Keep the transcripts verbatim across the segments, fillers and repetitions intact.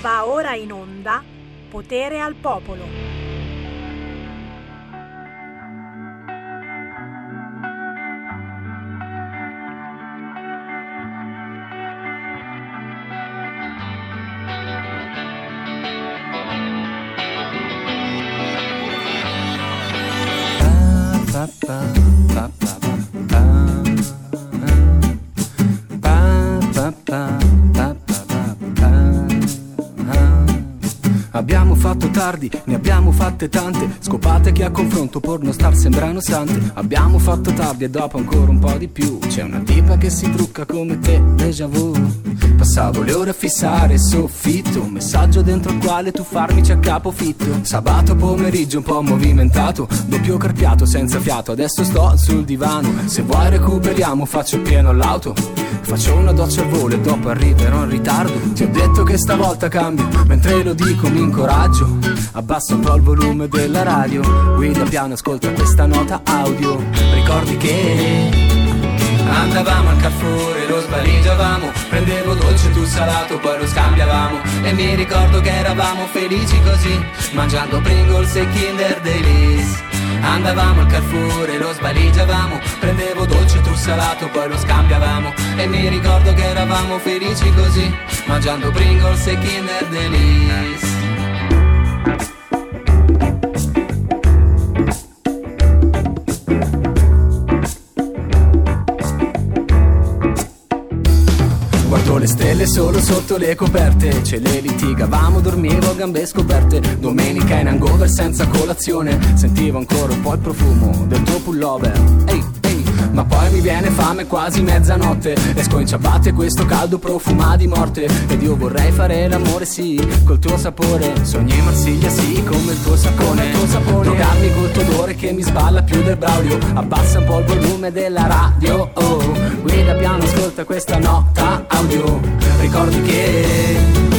Va ora in onda Potere al Popolo. Abbiamo fatto tardi, ne abbiamo fatte tante, scopate che a confronto porno star sembrano sante. Abbiamo fatto tardi e dopo ancora un po' di più, c'è una tipa che si trucca come te, déjà vu. Passavo le ore a fissare il soffitto, un messaggio dentro il quale tu farmici a capofitto. Sabato pomeriggio un po' movimentato, doppio carpiato senza fiato, adesso sto sul divano. Se vuoi recuperiamo, faccio il pieno all'auto, faccio una doccia al volo e dopo arriverò in ritardo. Ti ho detto che stavolta cambio, mentre lo dico mi incoraggio. Abbassa un po' il volume della radio, guida piano, ascolta questa nota audio. Ricordi che andavamo al Carrefour e lo svaligiavamo, prendevo dolce tu salato, poi lo scambiavamo. E mi ricordo che eravamo felici così, mangiando Pringles e Kinder Delice. Andavamo al Carrefour e lo svaligiavamo, prendevo dolce tu salato, poi lo scambiavamo. E mi ricordo che eravamo felici così, mangiando Pringles e Kinder Delice. Guardo le stelle solo sotto le coperte, ce le litigavamo, dormivo a gambe scoperte. Domenica in hangover senza colazione, sentivo ancora un po' il profumo del tuo pullover. Ehi, ehi, ma poi mi viene fame quasi mezzanotte, esco in ciabatte, questo caldo profuma di morte. Ed io vorrei fare l'amore sì, col tuo sapore, sogni in Marsiglia sì, come il tuo sapone, il tuo sapone. Drogarmi col tuo odore che mi sballa più del Braulio, abbassa un po' il volume della radio, oh. Guida piano, ascolta questa nota audio. Ricordi che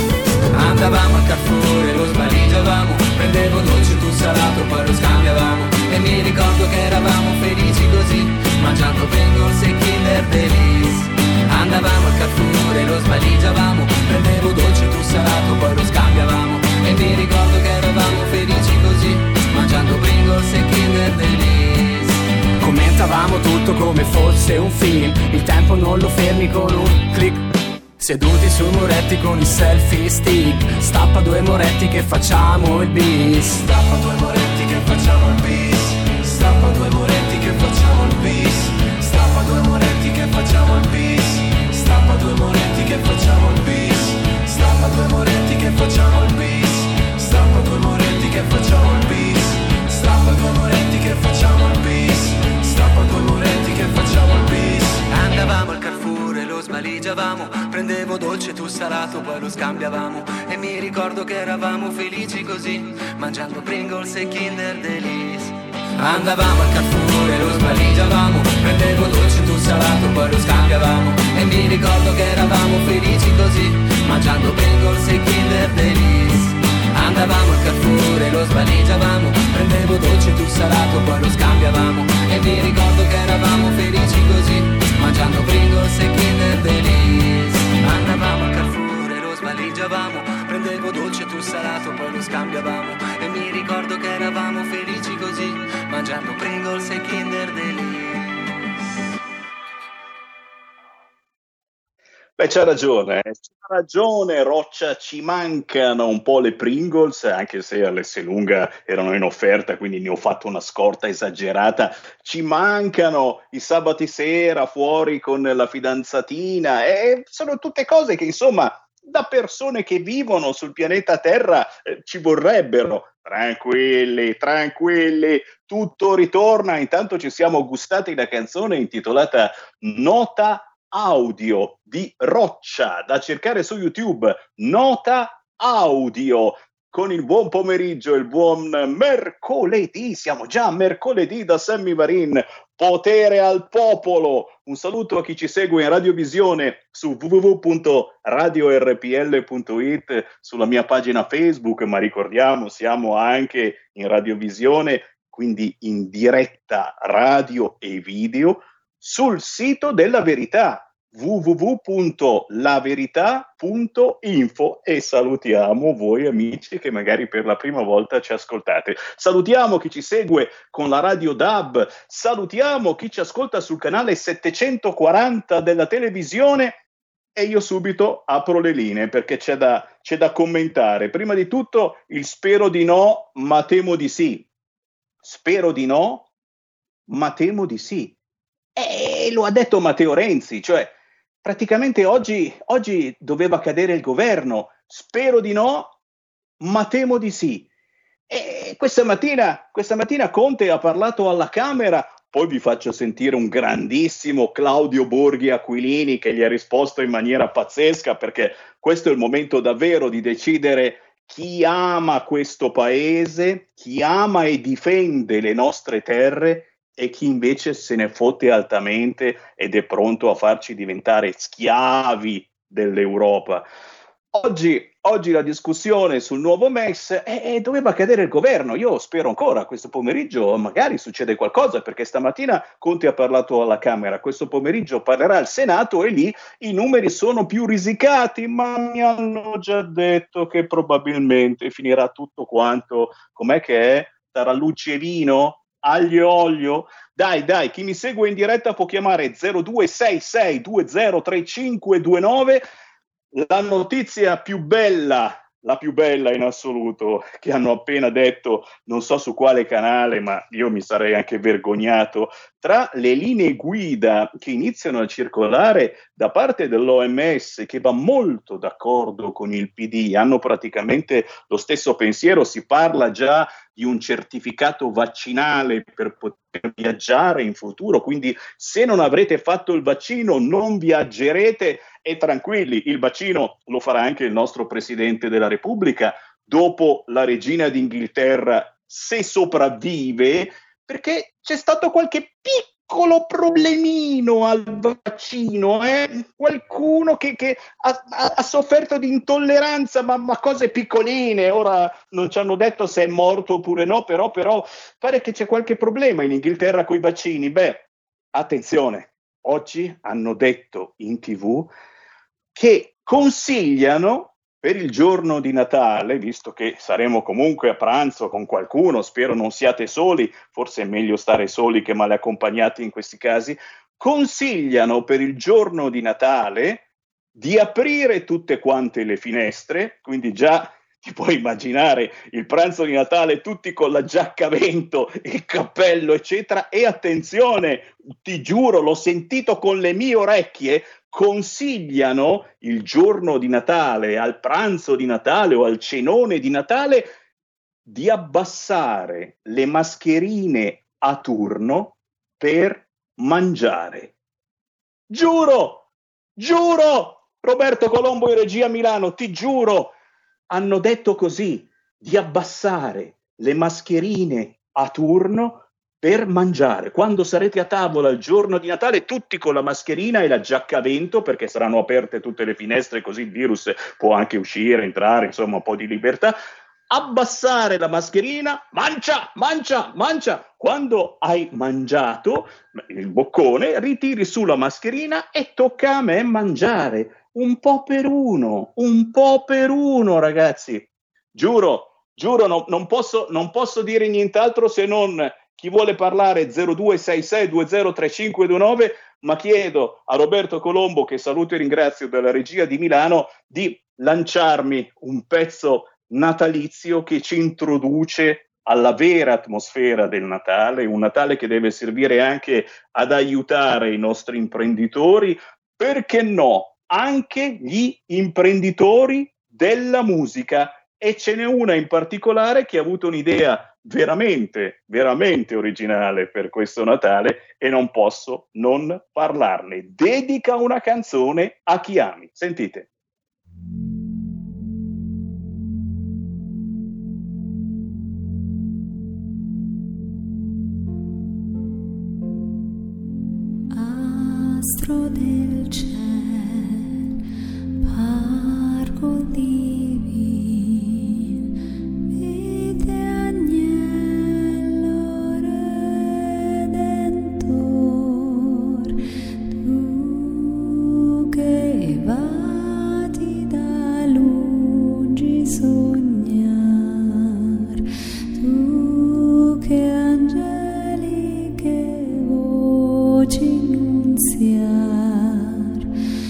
andavamo al Carrefour e lo svaligiavamo, prendevo dolce tu salato, poi lo scambiavamo. E mi ricordo che eravamo felici così, mangiando Pringles e Kinder Delice. Andavamo al Carrefour e lo svaligiavamo, prendevo dolce tu salato, poi lo scambiavamo. E mi ricordo che eravamo felici così, mangiando Pringles e Kinder Delice. Commentavamo tutto come fosse un film, il tempo non lo fermi con un click. Seduti sui muretti con il selfie stick, stappa due moretti che facciamo il bis. Stappa due moretti che facciamo il bis. Stappa due moretti che facciamo il bis. Stappa due moretti che facciamo il bis. Stappa due moretti che facciamo il bis. Stappa due moretti che facciamo il bis. Stappa due moretti che facciamo il bis. Stappa due moretti che facciamo il bis. Stappa due moretti che facciamo il bis. Andavamo al Carrefour e lo svaligiavamo, prendevo dolce tu salato, poi lo scambiavamo. E mi ricordo che eravamo felici così, mangiando Pringles e Kinder Delice. Andavamo al Carrefour e lo svaligiavamo, prendevo dolce tu salato, poi lo scambiavamo. E mi ricordo che eravamo felici così, mangiando Pringles e Kinder Delice. Andavamo al Carrefour e lo svaligiavamo, prendevo dolce tu salato, poi lo scambiavamo. E mi ricordo che eravamo felici così, mangiando Pringles e Kinder Delice. Andavamo al Carrefour e lo svaligiavamo, prendevo dolce tu salato, poi lo scambiavamo. E mi ricordo che eravamo felici così, mangiando Pringles e Kinder Delice. Beh, c'ha ragione, eh. C'ha ragione Roccia, ci mancano un po' le Pringles, anche se all'Esselunga erano in offerta, quindi ne ho fatto una scorta esagerata. Ci mancano i sabati sera fuori con la fidanzatina, e sono tutte cose che insomma da persone che vivono sul pianeta Terra eh, ci vorrebbero. Tranquilli, tranquilli, tutto ritorna. Intanto ci siamo gustati la canzone intitolata Nota Audio di Roccia, da cercare su YouTube. Nota Audio, con il buon pomeriggio, il buon mercoledì, siamo già a mercoledì da Sammy Varin. Potere al popolo. Un saluto a chi ci segue in radiovisione su w w w punto radio r p l punto i t, sulla mia pagina Facebook, ma ricordiamo siamo anche in radiovisione, quindi in diretta radio e video, sul sito della Verità, w w w punto la verità punto info e salutiamo voi amici che magari per la prima volta ci ascoltate. Salutiamo chi ci segue con la radio D A B, salutiamo chi ci ascolta sul canale settecentoquaranta della televisione e io subito apro le linee perché c'è da, c'è da commentare. Prima di tutto il spero di no, ma temo di sì. Spero di no, ma temo di sì. E lo ha detto Matteo Renzi, cioè praticamente oggi, oggi doveva cadere il governo. Spero di no, ma temo di sì. E questa mattina, questa mattina Conte ha parlato alla Camera, poi vi faccio sentire un grandissimo Claudio Borghi Aquilini che gli ha risposto in maniera pazzesca, perché questo è il momento davvero di decidere chi ama questo paese, chi ama e difende le nostre terre e chi invece se ne fotte altamente ed è pronto a farci diventare schiavi dell'Europa. Oggi, oggi la discussione sul nuovo M E S eh, doveva cadere il governo. Io spero ancora questo pomeriggio magari succede qualcosa, perché stamattina Conte ha parlato alla Camera, questo pomeriggio parlerà al Senato e lì i numeri sono più risicati, ma mi hanno già detto che probabilmente finirà tutto quanto, com'è che è? Tarallucci e vino? Aglio e olio? Dai, dai, chi mi segue in diretta può chiamare zero due sei sei due zero tre cinque due nove. La notizia più bella, la più bella in assoluto, che hanno appena detto, non so su quale canale, ma io mi sarei anche vergognato, tra le linee guida che iniziano a circolare da parte dell'O M S, che va molto d'accordo con il P D, hanno praticamente lo stesso pensiero, si parla già di un certificato vaccinale per poter viaggiare in futuro, quindi se non avrete fatto il vaccino non viaggerete. E tranquilli, il vaccino lo farà anche il nostro Presidente della Repubblica dopo la Regina d'Inghilterra, se sopravvive, perché c'è stato qualche piccolo problemino al vaccino, eh? Qualcuno che, che ha, ha, ha sofferto di intolleranza, ma, ma cose piccoline. Ora non ci hanno detto se è morto oppure no, però, però pare che c'è qualche problema in Inghilterra con i vaccini. Beh, attenzione, oggi hanno detto in tivù che consigliano per il giorno di Natale, visto che saremo comunque a pranzo con qualcuno, spero non siate soli, forse è meglio stare soli che male accompagnati in questi casi, consigliano per il giorno di Natale di aprire tutte quante le finestre, quindi già ti puoi immaginare il pranzo di Natale tutti con la giacca a vento, il cappello eccetera, e attenzione, ti giuro, l'ho sentito con le mie orecchie, consigliano il giorno di Natale, al pranzo di Natale o al cenone di Natale, di abbassare le mascherine a turno per mangiare. Giuro, giuro, Roberto Colombo in regia a Milano, ti giuro, hanno detto così, di abbassare le mascherine a turno per mangiare. Quando sarete a tavola il giorno di Natale, tutti con la mascherina e la giacca a vento, perché saranno aperte tutte le finestre, così il virus può anche uscire, entrare, insomma un po' di libertà. Abbassare la mascherina, mangia, mangia, mangia. Quando hai mangiato il boccone, ritiri su la mascherina e tocca a me mangiare. Un po' per uno, un po' per uno, ragazzi. Giuro, giuro, no, non posso, non posso dire nient'altro se non chi vuole parlare zero due sei sei due zero tre cinque due nove, ma chiedo a Roberto Colombo, che saluto e ringrazio della regia di Milano, di lanciarmi un pezzo natalizio che ci introduce alla vera atmosfera del Natale, un Natale che deve servire anche ad aiutare i nostri imprenditori, perché no, anche gli imprenditori della musica, e ce n'è una in particolare che ha avuto un'idea veramente, veramente originale per questo Natale e non posso non parlarne. Dedica una canzone a chi ami. Sentite. Astro del ciel, parco divin, vite agnello redentor, tu levati da lungi sognar, tu che angeliche voci nunziar,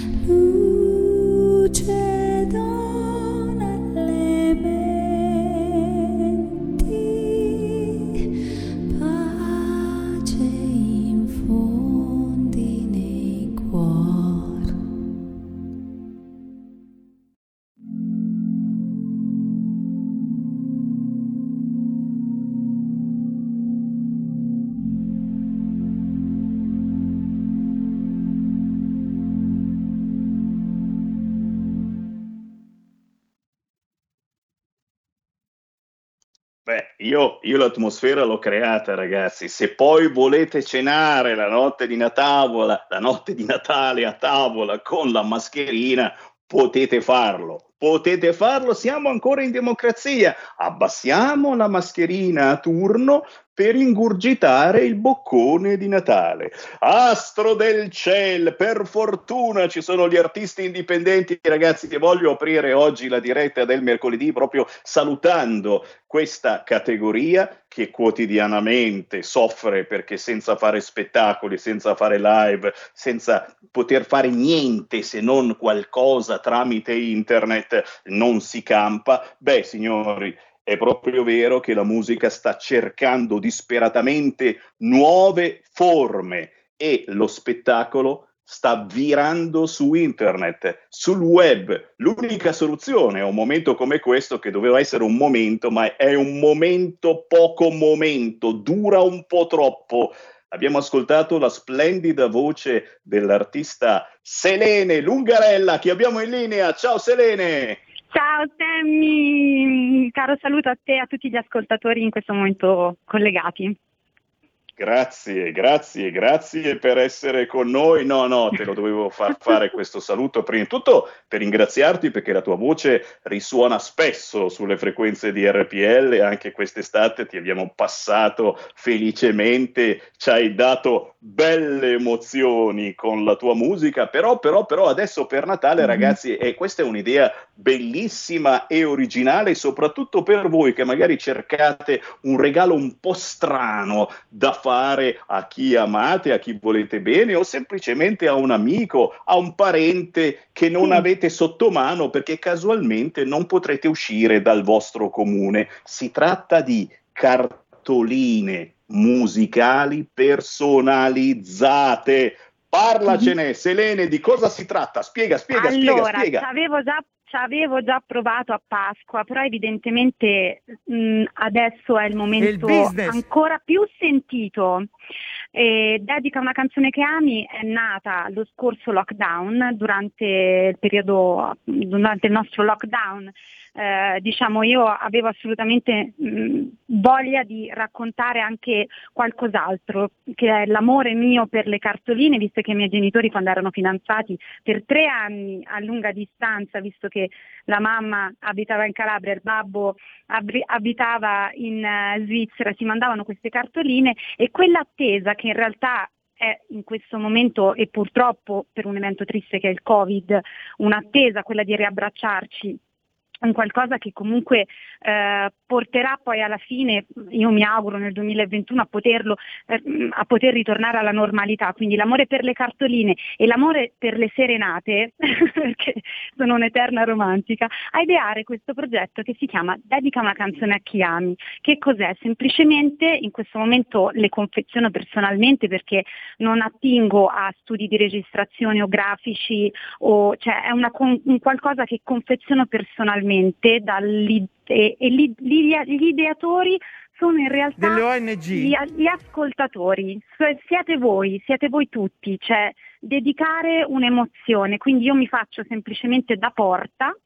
luce dona alle menti, pace infondi nei cuor. Beh, io, io l'atmosfera l'ho creata, ragazzi. Se poi volete cenare la notte di Natale, la notte di Natale a tavola con la mascherina, potete farlo. Potete farlo, siamo ancora in democrazia. Abbassiamo la mascherina a turno per ingurgitare il boccone di Natale. Astro del ciel, per fortuna ci sono gli artisti indipendenti, ragazzi, che voglio aprire oggi la diretta del mercoledì proprio salutando questa categoria che quotidianamente soffre perché senza fare spettacoli, senza fare live, senza poter fare niente se non qualcosa tramite internet non si campa. Beh, signori, è proprio vero che la musica sta cercando disperatamente nuove forme e lo spettacolo sta virando su internet, sul web. L'unica soluzione a un momento come questo, che doveva essere un momento, ma è un momento poco momento, dura un po' troppo. Abbiamo ascoltato la splendida voce dell'artista Selene Lungarella, che abbiamo in linea. Ciao Selene! Ciao Sammy, caro saluto a te e a tutti gli ascoltatori in questo momento collegati. Grazie, grazie, grazie per essere con noi. No, no, te lo dovevo far fare questo saluto prima di tutto per ringraziarti perché la tua voce risuona spesso sulle frequenze di R P L, anche quest'estate ti abbiamo passato felicemente, ci hai dato belle emozioni con la tua musica, però, però, però adesso per Natale, ragazzi, e questa è un'idea bellissima e originale, soprattutto per voi che magari cercate un regalo un po' strano da fare a chi amate, a chi volete bene o semplicemente a un amico, a un parente che non avete sotto mano perché casualmente non potrete uscire dal vostro comune. Si tratta di cartoline musicali personalizzate. Parlacene, Selene, di cosa si tratta? Spiega, spiega, allora, spiega, spiega. Ci avevo già ci avevo già provato a Pasqua, però evidentemente mh, adesso è il momento il ancora più sentito. E Dedica una canzone che ami è nata lo scorso lockdown, durante il periodo, durante il nostro lockdown. Eh, diciamo io avevo assolutamente mh, voglia di raccontare anche qualcos'altro, che è l'amore mio per le cartoline, visto che i miei genitori, quando erano fidanzati per tre anni a lunga distanza, visto che la mamma abitava in Calabria e il babbo abri- abitava in uh, Svizzera, si mandavano queste cartoline, e quell'attesa che in realtà è in questo momento, e purtroppo per un evento triste che è il Covid, un'attesa, quella di riabbracciarci, un qualcosa che comunque eh, porterà poi alla fine, io mi auguro nel duemilaventuno, a poterlo eh, a poter ritornare alla normalità. Quindi l'amore per le cartoline e l'amore per le serenate perché sono un'eterna romantica, a ideare questo progetto che si chiama Dedica una canzone a chi ami. Che cos'è? Semplicemente in questo momento le confeziono personalmente, perché non attingo a studi di registrazione o grafici, o cioè è una, un qualcosa che confeziono personalmente dall'idea, e, e gli, gli ideatori sono in realtà delle O N G, gli, gli ascoltatori, siete voi, siete voi tutti, cioè dedicare un'emozione, quindi io mi faccio semplicemente da porta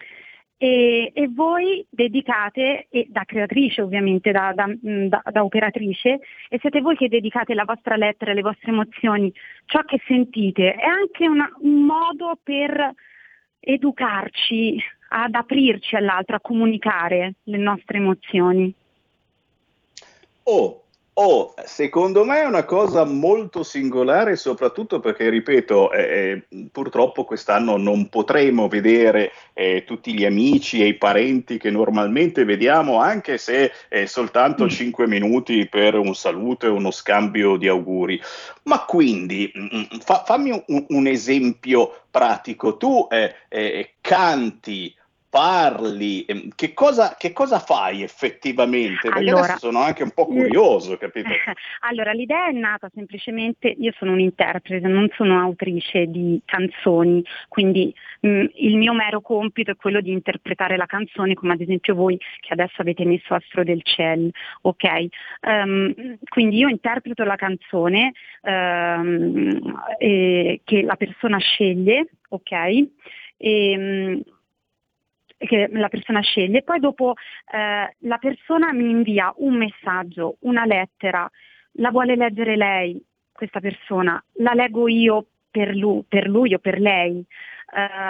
e, e voi dedicate, e da creatrice ovviamente, da, da, da, da operatrice, e siete voi che dedicate la vostra lettera, le vostre emozioni, ciò che sentite. È anche una, un modo per educarci ad aprirci all'altro, a comunicare le nostre emozioni. Oh, Oh, secondo me è una cosa molto singolare, soprattutto perché, ripeto, eh, purtroppo quest'anno non potremo vedere eh, tutti gli amici e i parenti che normalmente vediamo, anche se è soltanto cinque minuti per un saluto e uno scambio di auguri. Ma quindi, mm, fa- fammi un, un esempio pratico. Tu eh, eh, canti, parli, ehm, che cosa, che cosa fai effettivamente? Perché Allora, adesso sono anche un po' l- curioso, capito? allora, l'idea è nata semplicemente, io sono un'interprete, non sono autrice di canzoni, quindi mh, il mio mero compito è quello di interpretare la canzone, come ad esempio voi che adesso avete messo Astro del Ciel, ok? Ehm, quindi io interpreto la canzone ehm, eh, che la persona sceglie, ok? E, mh, che la persona sceglie, poi dopo eh, la persona mi invia un messaggio, una lettera, la vuole leggere lei, questa persona, la leggo io per lui, per lui o per lei. Eh,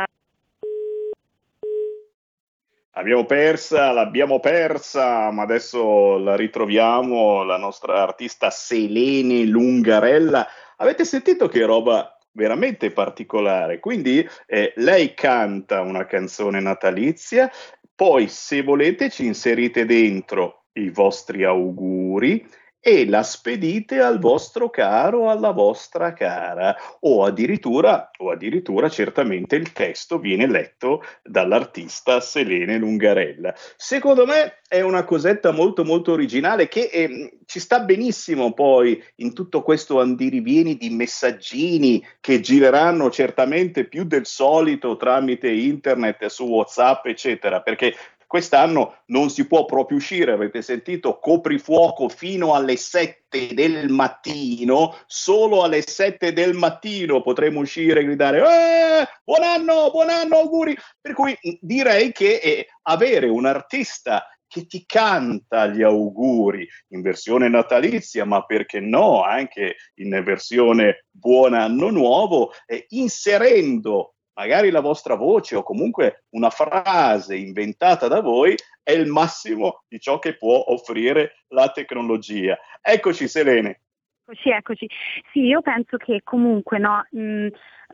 Abbiamo persa, l'abbiamo persa, ma adesso la ritroviamo, la nostra artista Selene Lungarella. Avete sentito che roba veramente particolare? Quindi eh, lei canta una canzone natalizia, poi se volete ci inserite dentro i vostri auguri e la spedite al vostro caro o alla vostra cara, o addirittura, o addirittura certamente il testo viene letto dall'artista Selene Lungarella. Secondo me è una cosetta molto molto originale che eh, ci sta benissimo poi in tutto questo andirivieni di messaggini che gireranno certamente più del solito tramite internet, su WhatsApp, eccetera, perché quest'anno non si può proprio uscire, avete sentito, coprifuoco fino alle sette del mattino, solo alle sette del mattino potremo uscire e gridare eh, buon anno, buon anno, auguri. Per cui direi che eh, avere un artista che ti canta gli auguri in versione natalizia, ma perché no, anche in versione buon anno nuovo, eh, inserendo magari la vostra voce o comunque una frase inventata da voi, è il massimo di ciò che può offrire la tecnologia. Eccoci Selene. Eccoci, eccoci. Sì, io penso che comunque no, mh,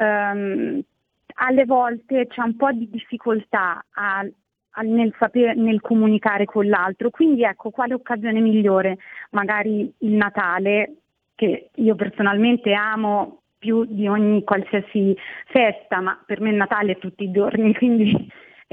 ehm, alle volte c'è un po' di difficoltà a, a, nel, sapere, nel comunicare con l'altro, quindi ecco, quale occasione migliore? Magari il Natale, che io personalmente amo più di ogni qualsiasi festa, ma per me il Natale è tutti i giorni, quindi,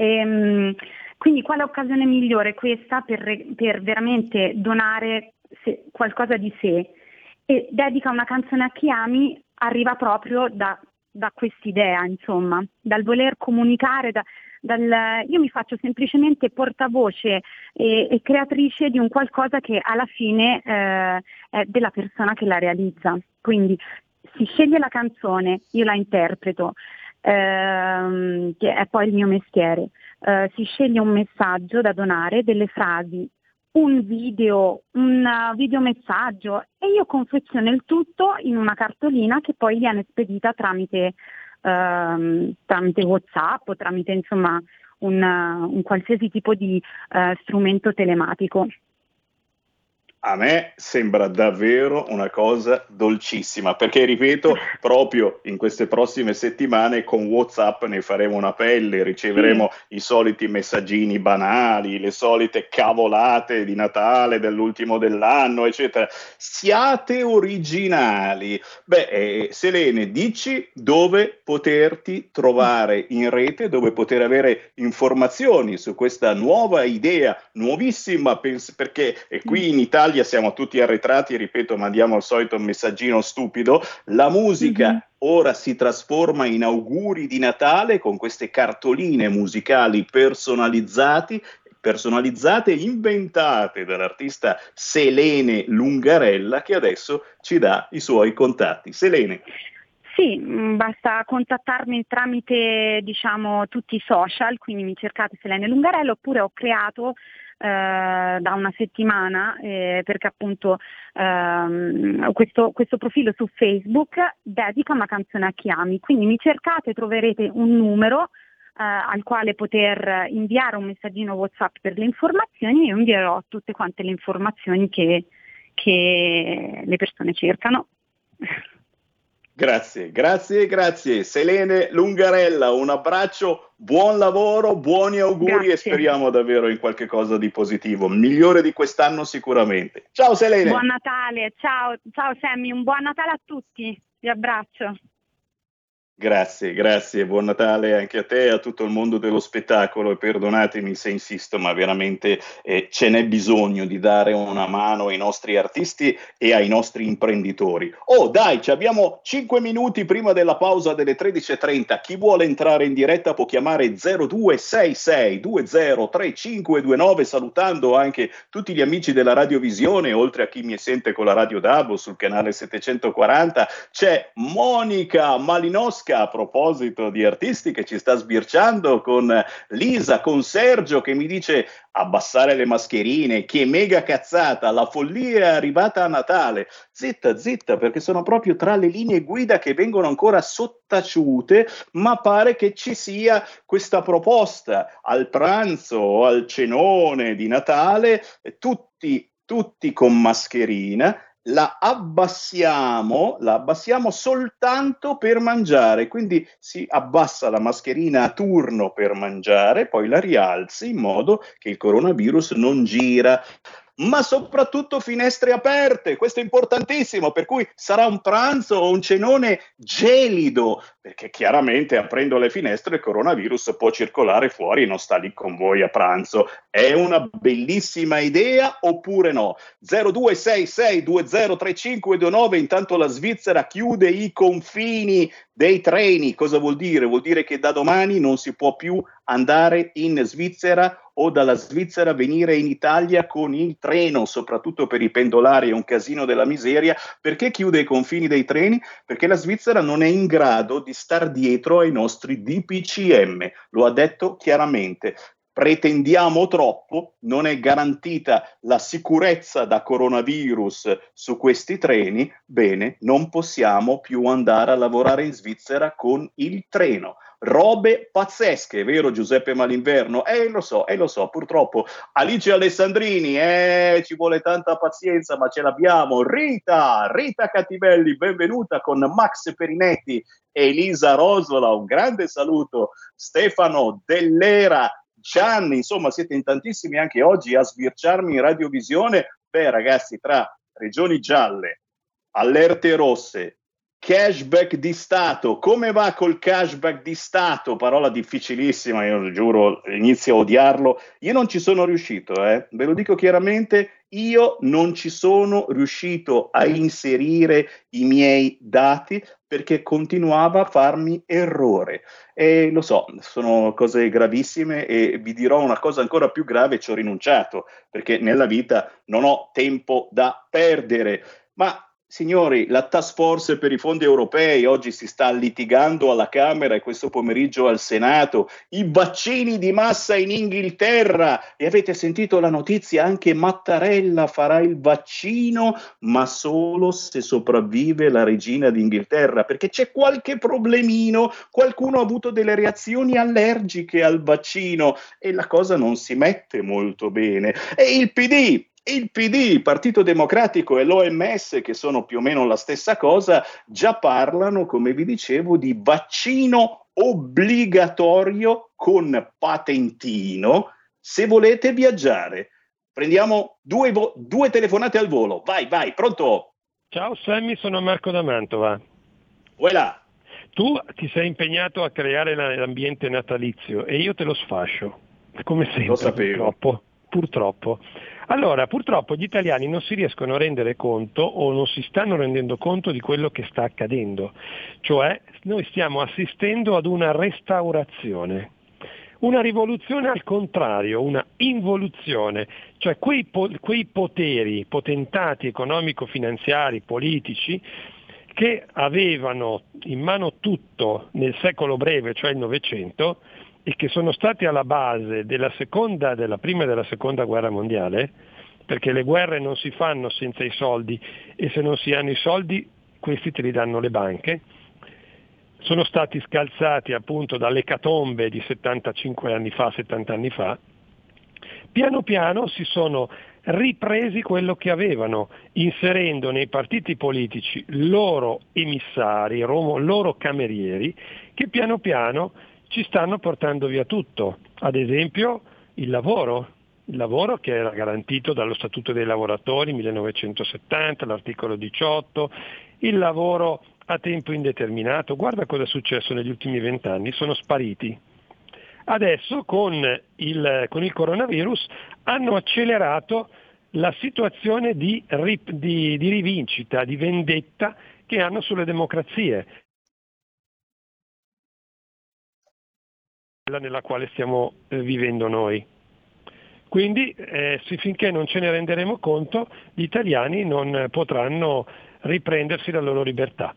ehm, quindi quale occasione migliore questa per, per veramente donare se, qualcosa di sé? E dedica una canzone a chi ami arriva proprio da, da quest'idea, insomma, dal voler comunicare, da, dal, io mi faccio semplicemente portavoce e, e creatrice di un qualcosa che alla fine eh, è della persona che la realizza. Quindi si sceglie la canzone, io la interpreto, ehm, che è poi il mio mestiere, eh, si sceglie un messaggio da donare, delle frasi, un video, un videomessaggio e io confeziono il tutto in una cartolina che poi viene spedita tramite, ehm, tramite WhatsApp o tramite insomma un, un qualsiasi tipo di eh, strumento telematico. A me sembra davvero una cosa dolcissima, perché ripeto, proprio in queste prossime settimane con WhatsApp ne faremo una pelle, riceveremo sì. i soliti messaggini banali, le solite cavolate di Natale, dell'ultimo dell'anno, eccetera. Siate originali. Beh, eh, Selene, dici dove poterti trovare in rete, dove poter avere informazioni su questa nuova idea, nuovissima, pens- perché eh, qui in Italia siamo tutti arretrati, ripeto, mandiamo al solito messaggino stupido. La musica mm-hmm. ora si trasforma in auguri di Natale con queste cartoline musicali personalizzati, personalizzate, inventate dall'artista Selene Lungarella, che adesso ci dà i suoi contatti. Selene. Sì, basta contattarmi tramite, diciamo, tutti i social, quindi mi cercate Selene Lungarella, oppure ho creato eh, da una settimana, eh, perché appunto ehm, questo, questo profilo su Facebook dedica una canzone a chi ami, quindi mi cercate, troverete un numero eh, al quale poter inviare un messaggino WhatsApp per le informazioni e io invierò tutte quante le informazioni che che le persone cercano. Grazie, grazie, grazie. Selene Lungarella, un abbraccio, buon lavoro, buoni auguri. Grazie. E speriamo davvero in qualche cosa di positivo, migliore di quest'anno sicuramente. Ciao Selene. Buon Natale, ciao, ciao Sammy, un buon Natale a tutti, vi abbraccio. Grazie, grazie, buon Natale anche a te e a tutto il mondo dello spettacolo, e perdonatemi se insisto, ma veramente eh, ce n'è bisogno di dare una mano ai nostri artisti e ai nostri imprenditori. Oh dai, ci abbiamo cinque minuti prima della pausa delle tredici e trenta, chi vuole entrare in diretta può chiamare zero due sei sei due zero tre cinque due nove, salutando anche tutti gli amici della Radiovisione, oltre a chi mi sente con la Radio Dabo sul canale settecentoquaranta, c'è Monica Malinowska, a proposito di artisti, che ci sta sbirciando, con Lisa, con Sergio che mi dice abbassare le mascherine, che mega cazzata, la follia è arrivata a Natale. Zitta, zitta, perché sono proprio tra le linee guida che vengono ancora sottaciute, ma pare che ci sia questa proposta al pranzo o al cenone di Natale, tutti, tutti con mascherina. La abbassiamo, la abbassiamo soltanto per mangiare, quindi si abbassa la mascherina a turno per mangiare, poi la rialzi in modo che il coronavirus non gira. Ma soprattutto finestre aperte, questo è importantissimo, per cui sarà un pranzo o un cenone gelido, perché chiaramente aprendo le finestre il coronavirus può circolare fuori e non sta lì con voi a pranzo. È una bellissima idea oppure no? zero due sei sei due zero tre cinque due nove, intanto la Svizzera chiude i confini dei treni. Cosa vuol dire? Vuol dire che da domani non si può più andare in Svizzera o dalla Svizzera venire in Italia con il treno, soprattutto per i pendolari è un casino della miseria. Perché chiude i confini dei treni? Perché la Svizzera non è in grado di star dietro ai nostri D P C M, lo ha detto chiaramente. Pretendiamo troppo, non è garantita la sicurezza da coronavirus su questi treni, bene, non possiamo più andare a lavorare in Svizzera con il treno. Robe pazzesche, vero Giuseppe Malinverno? Eh lo so, eh lo so, purtroppo. Alice Alessandrini, eh ci vuole tanta pazienza, ma ce l'abbiamo. Rita, Rita Cattivelli, benvenuta con Max Perinetti e Elisa Rosola, un grande saluto. Stefano Dell'Era, Gianni, insomma siete in tantissimi anche oggi a sbirciarmi in radiovisione. Beh ragazzi, tra regioni gialle, allerte rosse, cashback di Stato, come va col cashback di Stato? Parola difficilissima, io giuro, inizio a odiarlo. Io non ci sono riuscito, eh? Ve lo dico chiaramente, io non ci sono riuscito a inserire i miei dati perché continuava a farmi errore. E lo so, sono cose gravissime e vi dirò una cosa ancora più grave, ci ho rinunciato, perché nella vita non ho tempo da perdere. Ma signori, la task force per i fondi europei oggi si sta litigando alla Camera e questo pomeriggio al Senato. I vaccini di massa in Inghilterra. E avete sentito la notizia? Anche Mattarella farà il vaccino, ma solo se sopravvive la regina d'Inghilterra, perché c'è qualche problemino, qualcuno ha avuto delle reazioni allergiche al vaccino e la cosa non si mette molto bene. E il P D, il P D, il Partito Democratico e l'O M S, che sono più o meno la stessa cosa, già parlano, come vi dicevo, di vaccino obbligatorio con patentino se volete viaggiare. Prendiamo due, vo- due telefonate al volo. Vai, vai, pronto? Ciao Sammy, sono Marco da Mantova. Voilà. Tu ti sei impegnato a creare la- l'ambiente natalizio e io te lo sfascio, come sempre. Lo sapevo. Purtroppo. Purtroppo. Allora, purtroppo gli italiani non si riescono a rendere conto o non si stanno rendendo conto di quello che sta accadendo. Cioè, noi stiamo assistendo ad una restaurazione, una rivoluzione al contrario, una involuzione. Cioè, quei, po- quei poteri, potentati economico-finanziari, politici, che avevano in mano tutto nel secolo breve, cioè il Novecento, e che sono stati alla base della seconda, della prima e della seconda guerra mondiale, perché le guerre non si fanno senza i soldi e se non si hanno i soldi questi te li danno le banche, sono stati scalzati appunto dall'ecatombe di settantacinque anni fa, settanta anni fa, piano piano si sono ripresi quello che avevano, inserendo nei partiti politici loro emissari, loro camerieri, che piano piano ci stanno portando via tutto. Ad esempio il lavoro, il lavoro che era garantito dallo Statuto dei lavoratori millenovecentosettanta, l'articolo diciotto, il lavoro a tempo indeterminato. Guarda cosa è successo negli ultimi vent'anni, sono spariti. Adesso con il, con il coronavirus hanno accelerato la situazione di, di, di rivincita, di vendetta che hanno sulle democrazie, quella nella quale stiamo eh, vivendo noi. Quindi eh, finché non ce ne renderemo conto, gli italiani non potranno riprendersi la loro libertà.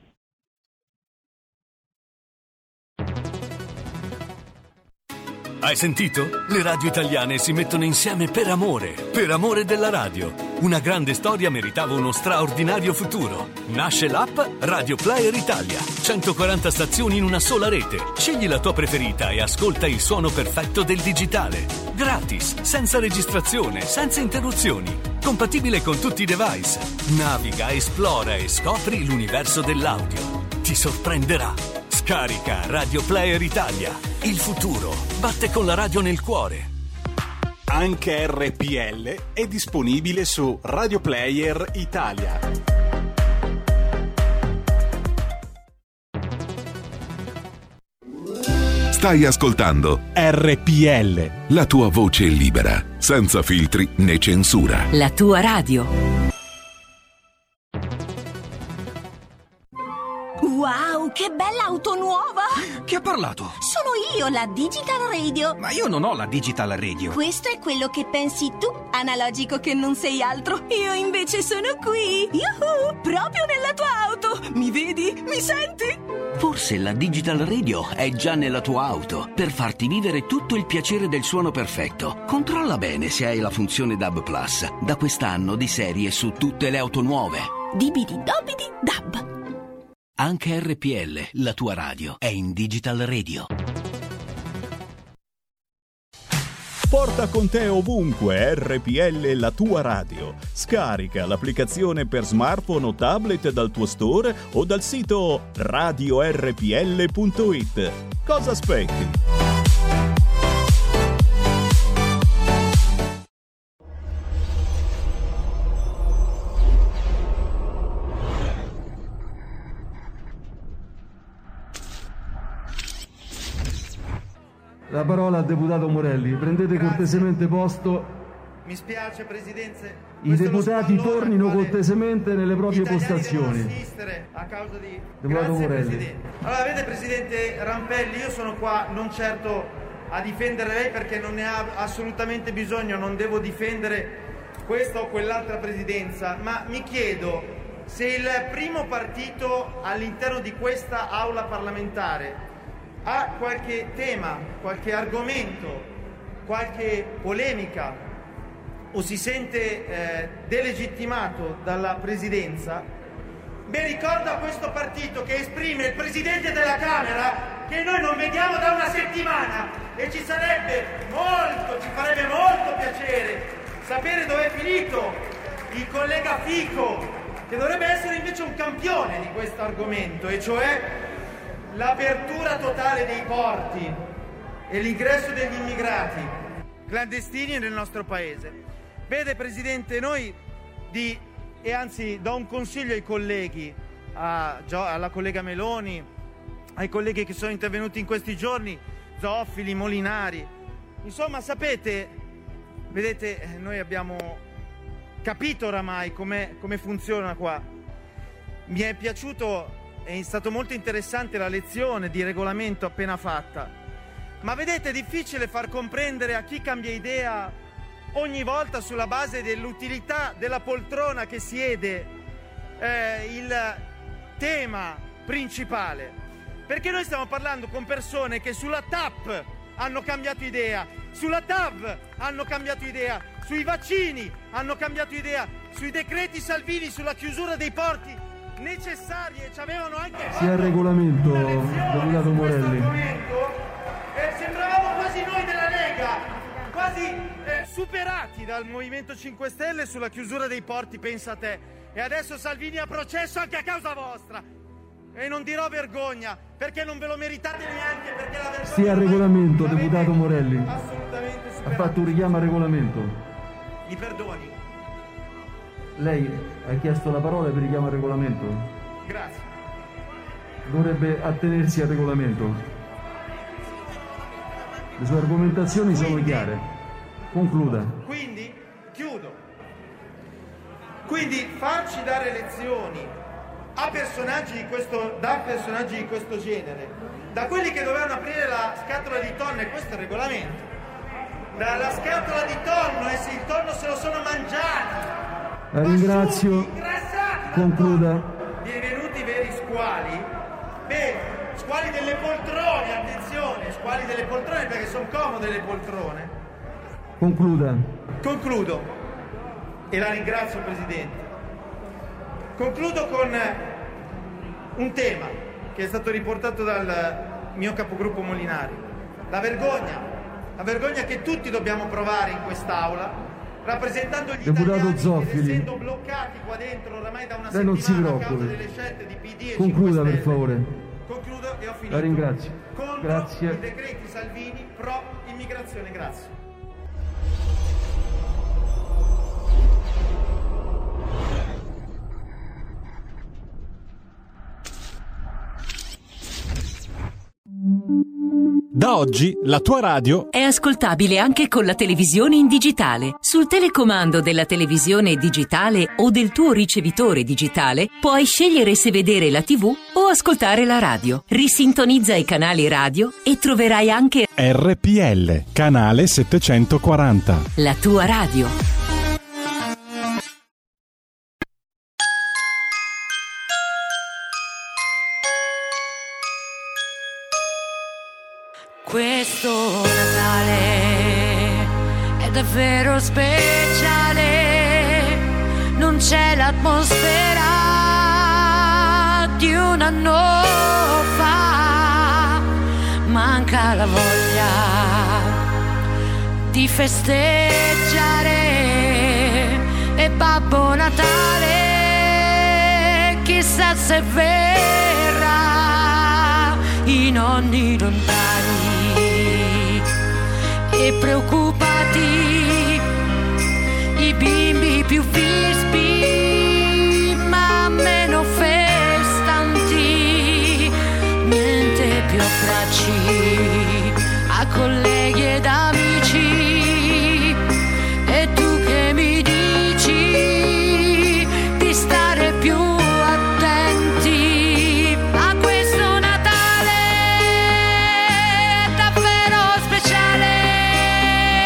Hai sentito? Le radio italiane si mettono insieme per amore, per amore della radio. Una grande storia meritava uno straordinario futuro. Nasce l'app Radio Player Italia. centoquaranta stazioni in una sola rete. Scegli la tua preferita e ascolta il suono perfetto del digitale. Gratis, senza registrazione, senza interruzioni. Compatibile con tutti i device. Naviga, esplora e scopri l'universo dell'audio. Ti sorprenderà. Scarica Radio Player Italia. Il futuro batte con la radio nel cuore. Anche R P L è disponibile su Radio Player Italia. Stai ascoltando R P L, la tua voce libera, senza filtri né censura. La tua radio. Wow, che bella auto nuova! Chi ha parlato? Sono io, la Digital Radio. Ma io non ho la Digital Radio. Questo è quello che pensi tu, analogico che non sei altro. Io invece sono qui, yuhu, proprio nella tua auto. Mi vedi? Mi senti? Forse la Digital Radio è già nella tua auto per farti vivere tutto il piacere del suono perfetto. Controlla bene se hai la funzione D A B Plus. Da quest'anno di serie su tutte le auto nuove. Dibidi dobidi dab. Anche R P L, la tua radio, è in Digital Radio. Porta con te ovunque R P L, la tua radio. Scarica l'applicazione per smartphone o tablet dal tuo store o dal sito radio erre pi elle punto it. Cosa aspetti? La parola al deputato Morelli. Prendete Grazie. cortesemente posto. Mi spiace, Presidente. I deputati tornino cortesemente nelle proprie postazioni. A causa di... Deputato Grazie, Morelli. Presidente. Allora, vede, Presidente Rampelli, io sono qua non certo a difendere lei perché non ne ha assolutamente bisogno, non devo difendere questa o quell'altra presidenza, ma mi chiedo se il primo partito all'interno di questa aula parlamentare ha qualche tema, qualche argomento, qualche polemica o si sente eh, delegittimato dalla Presidenza, beh, ricordo a questo partito che esprime il Presidente della Camera che noi non vediamo da una settimana e ci sarebbe molto, ci farebbe molto piacere sapere dove è finito il collega Fico, che dovrebbe essere invece un campione di questo argomento, e cioè l'apertura totale dei porti e l'ingresso degli immigrati clandestini nel nostro paese. Vede, Presidente, noi di, e anzi do un consiglio ai colleghi, a, alla collega Meloni, ai colleghi che sono intervenuti in questi giorni, Zoffili, Molinari, insomma, sapete, vedete, noi abbiamo capito oramai come funziona qua. Mi è piaciuto, è stato molto interessante la lezione di regolamento appena fatta, ma vedete, è difficile far comprendere a chi cambia idea ogni volta sulla base dell'utilità della poltrona che siede eh, il tema principale, perché noi stiamo parlando con persone che sulla T A P hanno cambiato idea, sulla T A V hanno cambiato idea, sui vaccini hanno cambiato idea, sui decreti Salvini, sulla chiusura dei porti necessarie, ci avevano anche sia il regolamento, deputato Morelli. Eh, sembravamo quasi noi della Lega, quasi eh, su superati dal Movimento cinque Stelle sulla chiusura dei porti, pensa a te. E adesso Salvini a processo anche a causa vostra. E non dirò vergogna, perché non ve lo meritate neanche, perché la vergogna... Stia al regolamento, deputato Morelli. Assolutamente Ha superato. fatto un richiamo al regolamento. Mi perdoni. Lei ha chiesto la parola per richiamo al regolamento? Grazie. Dovrebbe attenersi al regolamento. Le sue argomentazioni sono chiare. Concluda. Quindi, chiudo. Quindi farci dare lezioni a personaggi di questo, da personaggi di questo genere, da quelli che dovevano aprire la scatola di tonno, e questo è il regolamento, dalla scatola di tonno, e se il tonno se lo sono mangiati, La ringrazio. Concluda. divenuti veri squali, beh, squali delle poltrone, attenzione, squali delle poltrone, perché sono comode le poltrone. Concluda. Concludo, e la ringrazio Presidente. Concludo con un tema che è stato riportato dal mio capogruppo Molinari. La vergogna, la vergogna che tutti dobbiamo provare in quest'aula, rappresentando gli Deputato italiani Zoffili. che, essendo bloccati qua dentro oramai da una Lei non si settimana a causa preoccupi. delle scelte di P D e Concluda cinque per Stelle. favore. Concludo e ho finito. La ringrazio. Contro Grazie. i decreti Salvini pro immigrazione. Grazie. Da oggi la tua radio è ascoltabile anche con la televisione in digitale. Sul telecomando della televisione digitale o del tuo ricevitore digitale puoi scegliere se vedere la tivù o ascoltare la radio. Risintonizza i canali radio e troverai anche R P L, canale settecentoquaranta. la tua radio. Questo Natale è davvero speciale, non c'è l'atmosfera di un anno fa, manca la voglia di festeggiare e Babbo Natale chissà se verrà, i nonni lontani e preoccupati, i bimbi più vispi ma meno festanti, niente più abbracci a colleghi ed amici, e tu che mi dici di stare più attenti a questo Natale davvero speciale.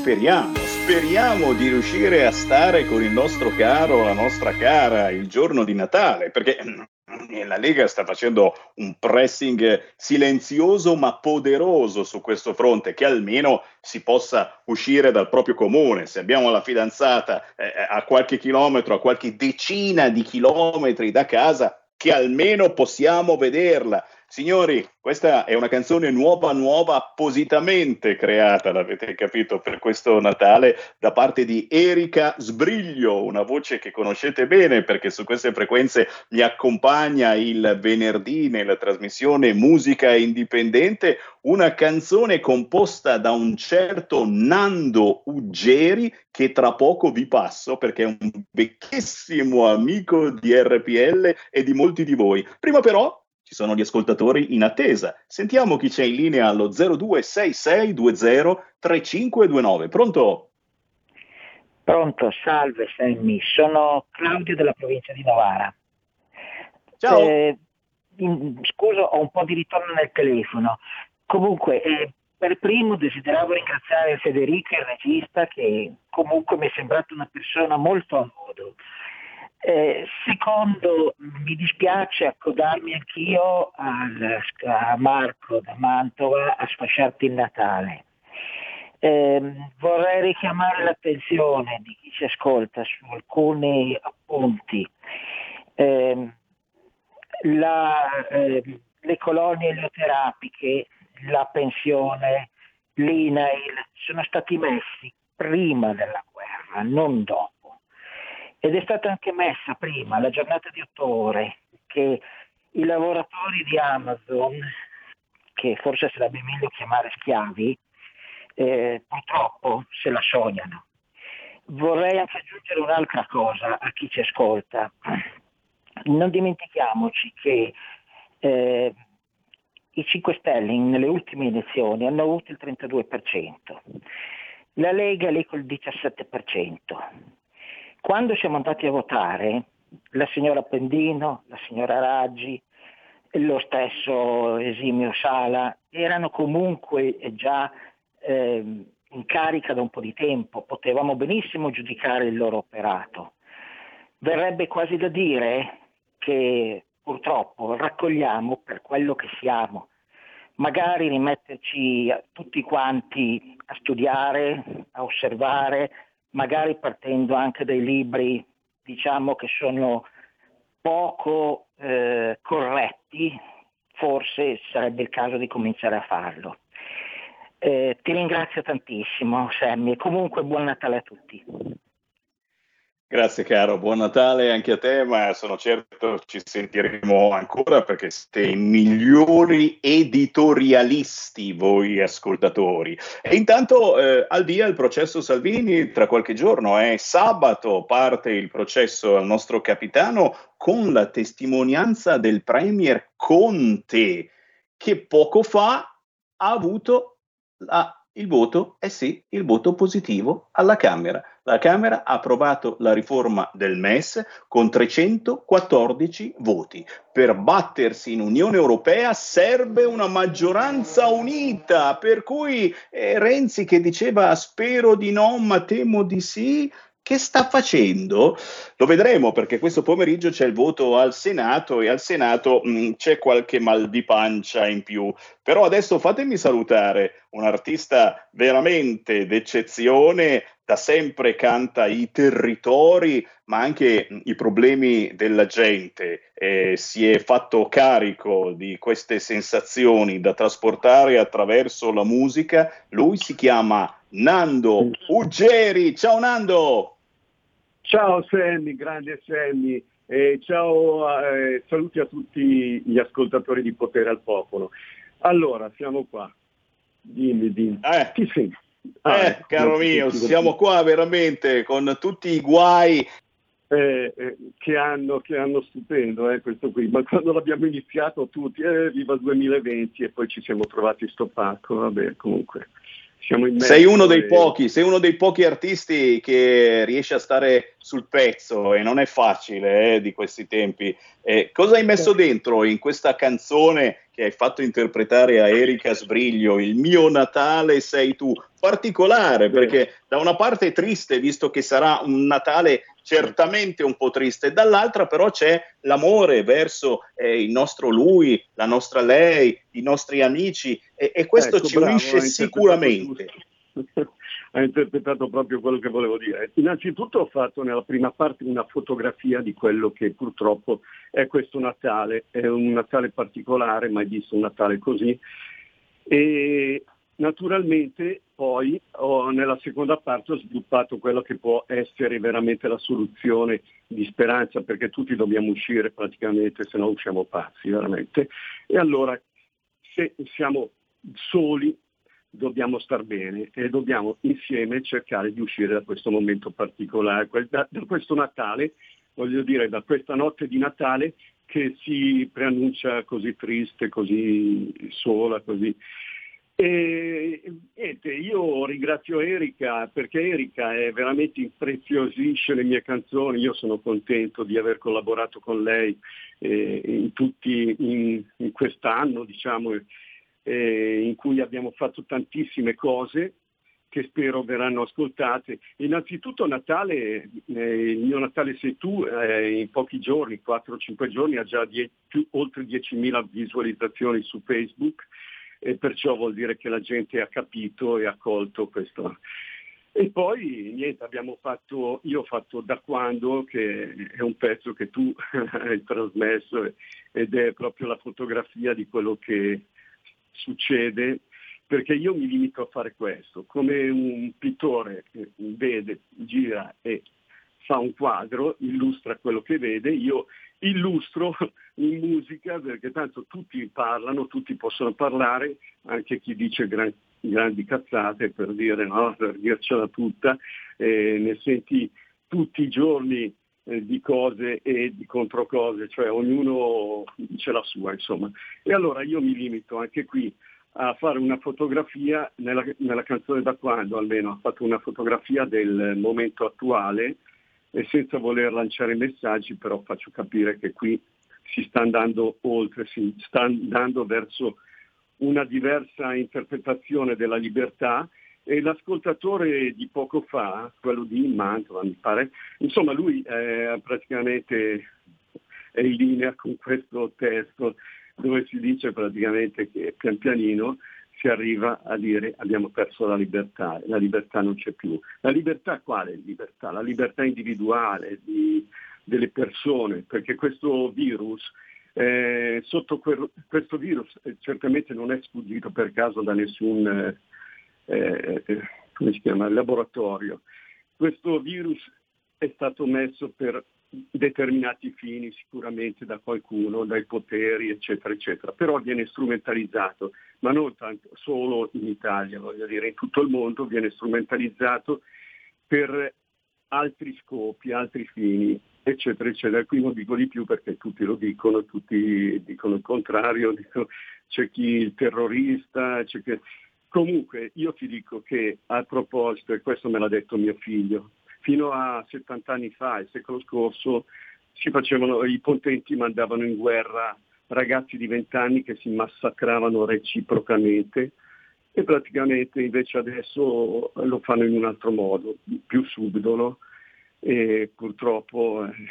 speriamo, speriamo di riuscire a stare con il nostro caro, la nostra cara, il giorno di Natale, perché la Lega sta facendo un pressing silenzioso ma poderoso su questo fronte, che almeno si possa uscire dal proprio comune. Se abbiamo la fidanzata eh, a qualche chilometro, a qualche decina di chilometri da casa, che almeno possiamo vederla. Signori, questa è una canzone nuova nuova appositamente creata, l'avete capito, per questo Natale da parte di Erika Sbriglio, una voce che conoscete bene perché su queste frequenze mi accompagna il venerdì nella trasmissione Musica Indipendente, una canzone composta da un certo Nando Uggeri che tra poco vi passo perché è un vecchissimo amico di R P L e di molti di voi. Prima però ci sono gli ascoltatori in attesa. Sentiamo chi c'è in linea allo zero due sei sei due zero tre cinque due nove. Pronto? Pronto, salve Sammy, sono Claudio della provincia di Novara. Ciao. Eh, in, scusa, ho un po' di ritorno nel telefono. Comunque, eh, per primo desideravo ringraziare Federico, il regista, che comunque mi è sembrato una persona molto a modo. Eh, secondo, mi dispiace accodarmi anch'io al, a Marco da Mantova a sfasciarti il Natale. Eh, vorrei richiamare l'attenzione di chi ci ascolta su alcuni appunti. Eh, la, eh, le colonie elioterapiche, la pensione, l'I N A I L sono stati messi prima della guerra, non dopo. Ed è stata anche messa prima, la giornata di ottobre, che i lavoratori di Amazon, che forse sarebbe meglio chiamare schiavi, eh, purtroppo se la sognano. Vorrei anche aggiungere un'altra cosa a chi ci ascolta. Non dimentichiamoci che eh, i cinque Stelle nelle ultime elezioni hanno avuto il trentadue per cento, la Lega lì col diciassette per cento. Quando siamo andati a votare, la signora Pendino, la signora Raggi, lo stesso Esimio Sala, erano comunque già eh, in carica da un po' di tempo, potevamo benissimo giudicare il loro operato. Verrebbe quasi da dire che purtroppo raccogliamo per quello che siamo, magari rimetterci tutti quanti a studiare, a osservare, magari partendo anche dai libri, diciamo, che sono poco eh, corretti, forse sarebbe il caso di cominciare a farlo. Eh, ti ringrazio tantissimo, Sammy, e comunque buon Natale a tutti. Grazie caro, buon Natale anche a te, ma sono certo ci sentiremo ancora perché siete i migliori editorialisti voi ascoltatori. E intanto eh, al via il processo Salvini tra qualche giorno, è sabato, parte il processo al nostro capitano con la testimonianza del premier Conte, che poco fa ha avuto la il voto, eh sì, il voto positivo alla Camera. La Camera ha approvato la riforma del M E S con trecentoquattordici voti. Per battersi in Unione Europea serve una maggioranza unita, per cui eh, Renzi che diceva spero di no ma temo di sì, che sta facendo? Lo vedremo perché questo pomeriggio c'è il voto al Senato e al Senato mh, c'è qualche mal di pancia in più. Però adesso fatemi salutare un artista veramente d'eccezione, da sempre canta i territori ma anche i problemi della gente, eh, si è fatto carico di queste sensazioni da trasportare attraverso la musica. Lui si chiama Nando Uggeri. Ciao Nando! Ciao Sammy, grande Sammy, eh, ciao, eh, saluti a tutti gli ascoltatori di Potere al Popolo. Allora, siamo qua. Dimmi, dimmi. Eh, Ti senti? Ah, eh, ecco, caro mio, ti, ti, siamo ti... qua veramente con tutti i guai eh, eh, che hanno, che hanno stupendo eh, questo qui, ma quando l'abbiamo iniziato tutti, eh, viva duemilaventi, e poi ci siamo trovati sto pacco, vabbè, comunque. siamo in mezzo. Sei uno dei e... pochi, sei uno dei pochi artisti che riesce a stare sul pezzo e non è facile eh, di questi tempi. Eh, cosa hai messo dentro in questa canzone che hai fatto interpretare a Erika Sbriglio, Il mio Natale sei tu? Particolare, perché da una parte è triste, visto che sarà un Natale certamente un po' triste, dall'altra però c'è l'amore verso eh, il nostro lui, la nostra lei, i nostri amici, e, e questo ecco, ci bravo, unisce sicuramente. Ha interpretato proprio quello che volevo dire. Innanzitutto ho fatto nella prima parte una fotografia di quello che purtroppo è questo Natale, è un Natale particolare, mai visto un Natale così, e naturalmente poi ho, nella seconda parte ho sviluppato quello che può essere veramente la soluzione di speranza, perché tutti dobbiamo uscire praticamente, se no usciamo pazzi veramente, e allora se siamo soli dobbiamo star bene e dobbiamo insieme cercare di uscire da questo momento particolare, da, da questo Natale, voglio dire, da questa notte di Natale che si preannuncia così triste, così sola, così. E niente, io ringrazio Erika, perché Erika è veramente impreziosisce le mie canzoni. Io sono contento di aver collaborato con lei eh, in tutti in, in quest'anno, diciamo, eh, in cui abbiamo fatto tantissime cose che spero verranno ascoltate. Innanzitutto Natale, eh, il mio Natale sei tu, eh, in pochi giorni, quattro cinque giorni, ha già die- più, oltre diecimila visualizzazioni su Facebook, e perciò vuol dire che la gente ha capito e ha colto questo. E poi niente, abbiamo fatto, io ho fatto Da Quando, che è un pezzo che tu hai trasmesso, ed è proprio la fotografia di quello che succede, perché io mi limito a fare questo, come un pittore che vede, gira e fa un quadro, illustra quello che vede, io illustro in musica, perché tanto tutti parlano, tutti possono parlare, anche chi dice gran, grandi cazzate, per dire no, per dircela tutta, eh, ne senti tutti i giorni eh, di cose e di controcose, cioè ognuno dice la sua, insomma. E allora io mi limito anche qui a fare una fotografia, nella, nella canzone Da Quando almeno, ho fatto una fotografia del momento attuale, e senza voler lanciare messaggi però faccio capire che qui si sta andando oltre, si sta andando verso una diversa interpretazione della libertà, e l'ascoltatore di poco fa, quello di Mantova mi pare, insomma lui è praticamente è in linea con questo testo, dove si dice praticamente che pian pianino si arriva a dire abbiamo perso la libertà, la libertà non c'è più. La libertà quale libertà? La libertà individuale di, delle persone, perché questo virus, eh, sotto quel, questo virus eh, certamente non è sfuggito per caso da nessun eh, eh, come si chiama, laboratorio. Questo virus è stato messo per determinati fini sicuramente da qualcuno, dai poteri eccetera eccetera, però viene strumentalizzato, ma non tanto solo in Italia, voglio dire in tutto il mondo viene strumentalizzato per altri scopi, altri fini eccetera eccetera. Qui non dico di più perché tutti lo dicono, tutti dicono il contrario, dicono, c'è chi il terrorista, c'è chi... Comunque io ti dico che a proposito, e questo me l'ha detto mio figlio, fino a settanta anni fa, il secolo scorso, si facevano, i potenti mandavano in guerra ragazzi di venti anni che si massacravano reciprocamente, e praticamente invece adesso lo fanno in un altro modo, più subdolo, e purtroppo eh,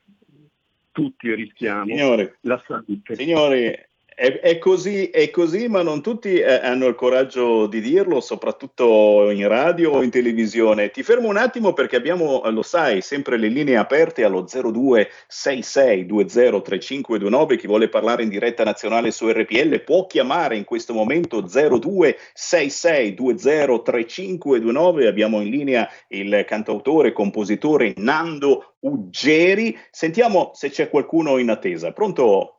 tutti rischiamo Signore, la salute. Signori, È, è, così, è così, ma non tutti eh, hanno il coraggio di dirlo, soprattutto in radio o in televisione. Ti fermo un attimo perché abbiamo, lo sai, sempre le linee aperte allo zero due sei sei due zero tre cinque due nove. Chi vuole parlare in diretta nazionale su R P L può chiamare in questo momento zero due sei sei due zero tre cinque due nove. Abbiamo in linea il cantautore e compositore Nando Uggeri. Sentiamo se c'è qualcuno in attesa. Pronto?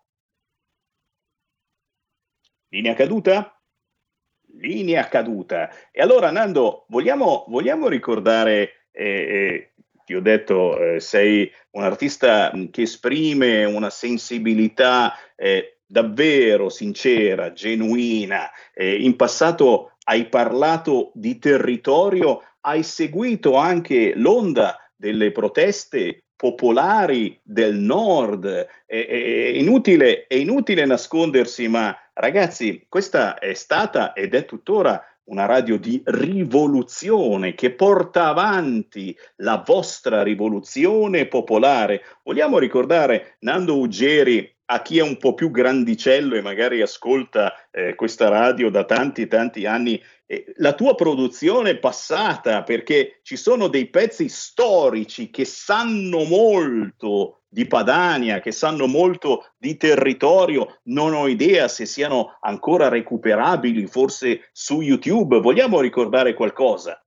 Linea caduta? Linea caduta. E allora Nando, vogliamo, vogliamo ricordare, eh, eh, ti ho detto, eh, sei un artista che esprime una sensibilità eh, davvero sincera, genuina. Eh, in passato hai parlato di territorio, hai seguito anche l'onda delle proteste popolari del nord. È, è, inutile, è inutile nascondersi, ma ragazzi, questa è stata ed è tuttora una radio di rivoluzione che porta avanti la vostra rivoluzione popolare. Vogliamo ricordare, Nando Uggieri, a chi è un po' più grandicello e magari ascolta eh, questa radio da tanti tanti anni, eh, la tua produzione passata, perché ci sono dei pezzi storici che sanno molto di Padania, che sanno molto di territorio, non ho idea se siano ancora recuperabili, forse su YouTube. Vogliamo ricordare qualcosa?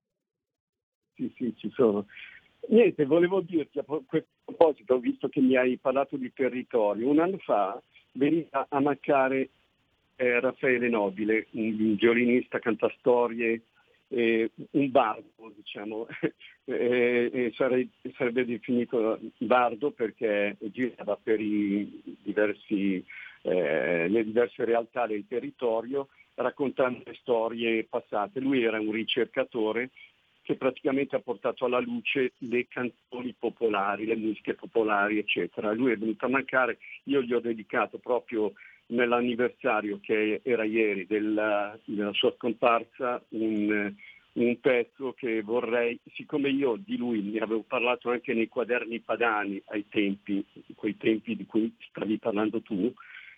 Sì, sì, ci sono. Niente, volevo dirti a questo proposito, visto che mi hai parlato di territorio, un anno fa veniva a mancare eh, Raffaele Nobile, un violinista, cantastorie, eh, un bardo, diciamo, eh, eh, sare, sarebbe definito bardo perché girava per i diversi, eh, le diverse realtà del territorio raccontando le storie passate. Lui era un ricercatore che praticamente ha portato alla luce le canzoni popolari, le musiche popolari, eccetera. Lui è venuto a mancare, io gli ho dedicato proprio nell'anniversario che era ieri della, della sua scomparsa un, un pezzo che vorrei, siccome io di lui ne avevo parlato anche nei quaderni padani ai tempi, quei tempi di cui stavi parlando tu,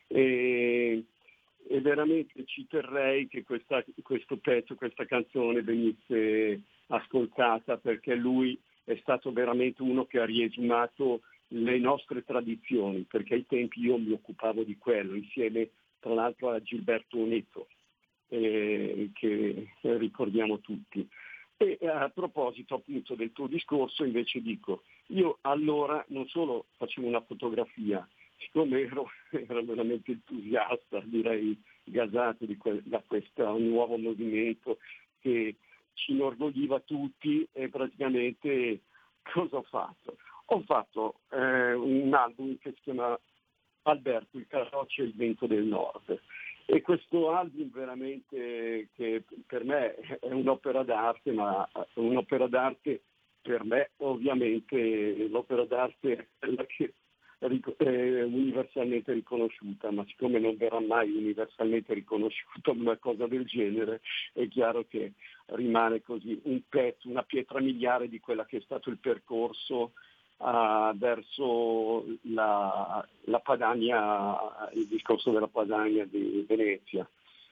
e, e veramente ci terrei che questa, questo pezzo, questa canzone venisse ascoltata, perché lui è stato veramente uno che ha riesumato le nostre tradizioni, perché ai tempi io mi occupavo di quello, insieme tra l'altro a Gilberto Oneto, eh, che ricordiamo tutti. E a proposito appunto del tuo discorso, invece dico, io allora non solo facevo una fotografia, siccome ero, ero veramente entusiasta, direi gasato di que- da questo nuovo movimento che ci inorgogliva tutti, e praticamente cosa ho fatto? Ho fatto eh, un album che si chiama Alberto, il Carroccio e il Vento del Nord, e questo album veramente che per me è un'opera d'arte, ma un'opera d'arte per me ovviamente l'opera d'arte è quella che è universalmente riconosciuta, ma siccome non verrà mai universalmente riconosciuta una cosa del genere, è chiaro che rimane così un pezzo, una pietra miliare di quella che è stato il percorso uh, verso la, la Padania, il discorso della Padania di Venezia.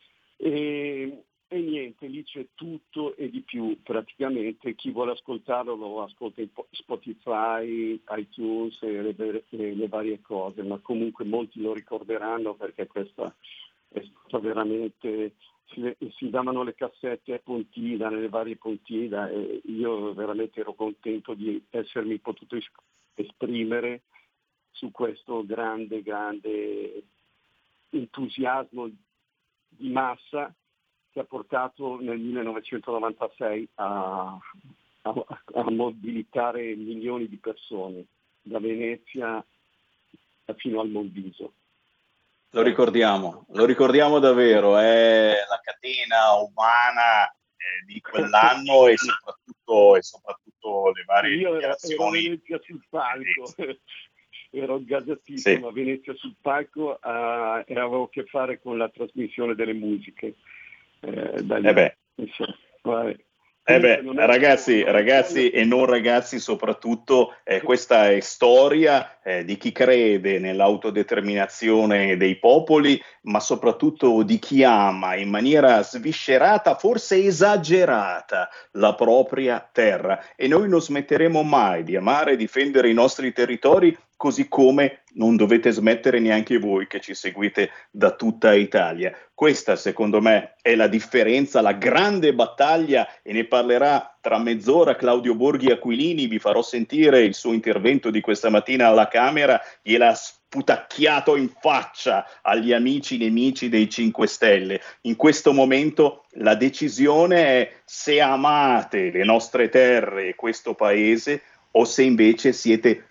E, E niente, lì c'è tutto e di più, praticamente chi vuole ascoltarlo lo ascolta in Spotify, iTunes e le, e le varie cose, ma comunque molti lo ricorderanno perché questa è stata veramente, si, si davano le cassette a Pontida, nelle varie Pontida, e io veramente ero contento di essermi potuto esprimere su questo grande, grande entusiasmo di massa che ha portato nel millenovecentonovantasei a, a, a mobilitare milioni di persone da Venezia fino al Monviso. Lo ricordiamo, lo ricordiamo davvero, è la catena umana eh, di quell'anno e soprattutto, e soprattutto le varie Io dichiarazioni. Ero a Venezia sul palco, ero gasatissimo, sì. A Venezia sul palco uh, e avevo a che fare con la trasmissione delle musiche. Eh, da lì. Eh beh. Vabbè. Eh beh, ragazzi, ragazzi e non ragazzi soprattutto, eh, questa è storia eh, di chi crede nell'autodeterminazione dei popoli, ma soprattutto di chi ama in maniera sviscerata, forse esagerata, la propria terra. E noi non smetteremo mai di amare e difendere i nostri territori, così come non dovete smettere neanche voi che ci seguite da tutta Italia. Questa, secondo me, è la differenza, la grande battaglia, e ne parlerà tra mezz'ora Claudio Borghi Aquilini. Vi farò sentire il suo intervento di questa mattina alla Camera, gliel'ha sputacchiato in faccia agli amici nemici dei cinque Stelle. In questo momento la decisione è se amate le nostre terre e questo paese o se invece siete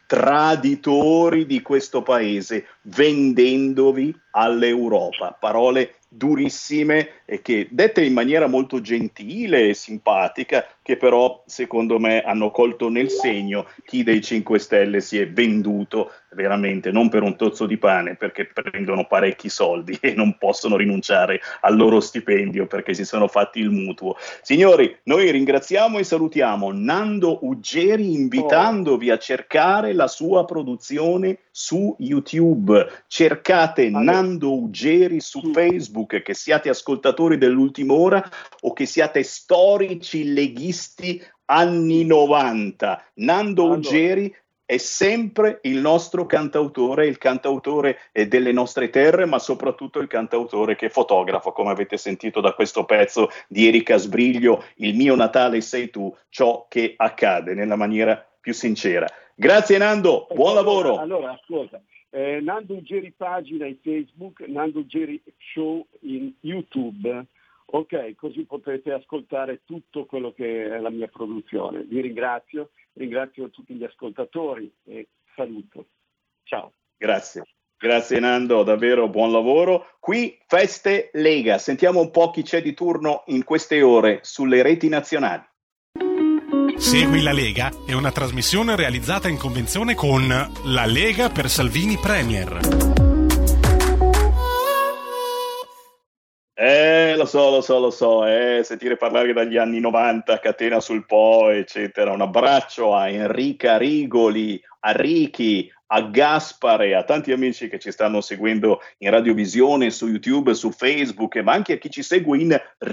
traditori di questo paese, vendendovi all'Europa. Parole durissime e che dette in maniera molto gentile e simpatica, che però secondo me hanno colto nel segno chi dei cinque Stelle si è venduto veramente, non per un tozzo di pane, perché prendono parecchi soldi e non possono rinunciare al loro stipendio perché si sono fatti il mutuo. Signori, noi ringraziamo e salutiamo Nando Uggeri, invitandovi a cercare la sua produzione su YouTube. Cercate allora. Nando Uggeri su Facebook, che siate ascoltatori dell'ultima ora o che siate storici leghisti anni novanta. Nando allora. Uggeri è sempre il nostro cantautore, il cantautore delle nostre terre, ma soprattutto il cantautore che fotografa, come avete sentito da questo pezzo di Erika Sbriglio, Il mio Natale sei tu, ciò che accade, nella maniera più sincera. Grazie Nando, buon lavoro. Allora, ascolta, eh, Nando Uggeri pagina in Facebook, Nando Uggeri Show in YouTube. Ok, così potete ascoltare tutto quello che è la mia produzione. Vi ringrazio, ringrazio tutti gli ascoltatori e saluto. Ciao. Grazie. Grazie Nando, davvero buon lavoro. Qui Feste Lega, sentiamo un po' chi c'è di turno in queste ore sulle reti nazionali. Segui la Lega è una trasmissione realizzata in convenzione con La Lega per Salvini Premier. Eh, lo so, lo so, lo so, eh, sentire parlare dagli anni novanta, Catena sul Po, eccetera. Un abbraccio a Enrica Rigoli, a Ricky, a Gaspare, a tanti amici che ci stanno seguendo in radiovisione, su YouTube, su Facebook, ma anche a chi ci segue in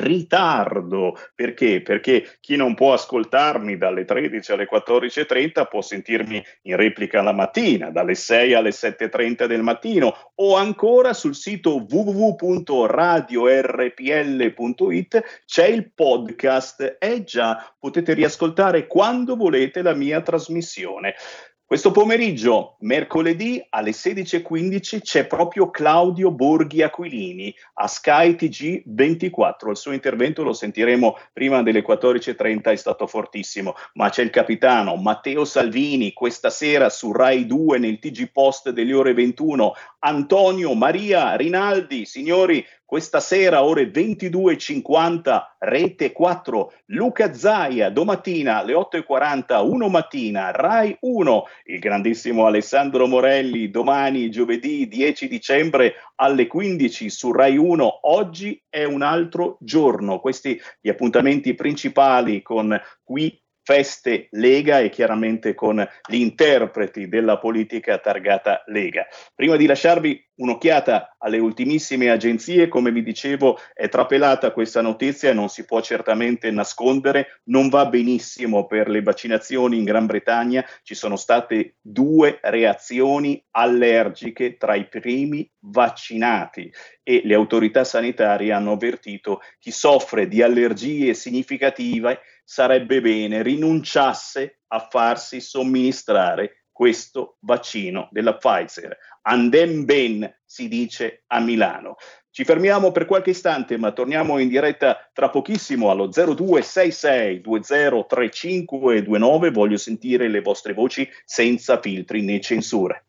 ritardo. Perché? Perché chi non può ascoltarmi dalle tredici alle quattordici e trenta può sentirmi in replica la mattina, dalle sei alle sette e trenta del mattino, o ancora sul sito w w w punto radio r p l punto i t c'è il podcast. Eh già, potete riascoltare quando volete la mia trasmissione. Questo pomeriggio, mercoledì alle sedici e quindici, c'è proprio Claudio Borghi Aquilini a Sky T G ventiquattro. Il suo intervento lo sentiremo prima delle quattordici e trenta, è stato fortissimo. Ma c'è il capitano Matteo Salvini questa sera su Rai due nel T G Post delle ore ventuno. Antonio Maria Rinaldi, signori, questa sera ore ventidue e cinquanta, Rete quattro, Luca Zaia, domattina alle otto e quaranta, uno mattina, Rai uno, il grandissimo Alessandro Morelli, domani giovedì dieci dicembre alle quindici su Rai uno. Oggi è un altro giorno. Questi gli appuntamenti principali con Qui Feste Lega e chiaramente con gli interpreti della politica targata Lega. Prima di lasciarvi un'occhiata alle ultimissime agenzie, come vi dicevo, è trapelata questa notizia e non si può certamente nascondere, non va benissimo per le vaccinazioni in Gran Bretagna, ci sono state due reazioni allergiche tra i primi vaccinati e le autorità sanitarie hanno avvertito chi soffre di allergie significative sarebbe bene rinunciasse a farsi somministrare questo vaccino della Pfizer. Andem ben, si dice a Milano. Ci fermiamo per qualche istante, ma torniamo in diretta tra pochissimo allo zero due sei sei due zero tre cinque due nove. Voglio sentire le vostre voci senza filtri né censure.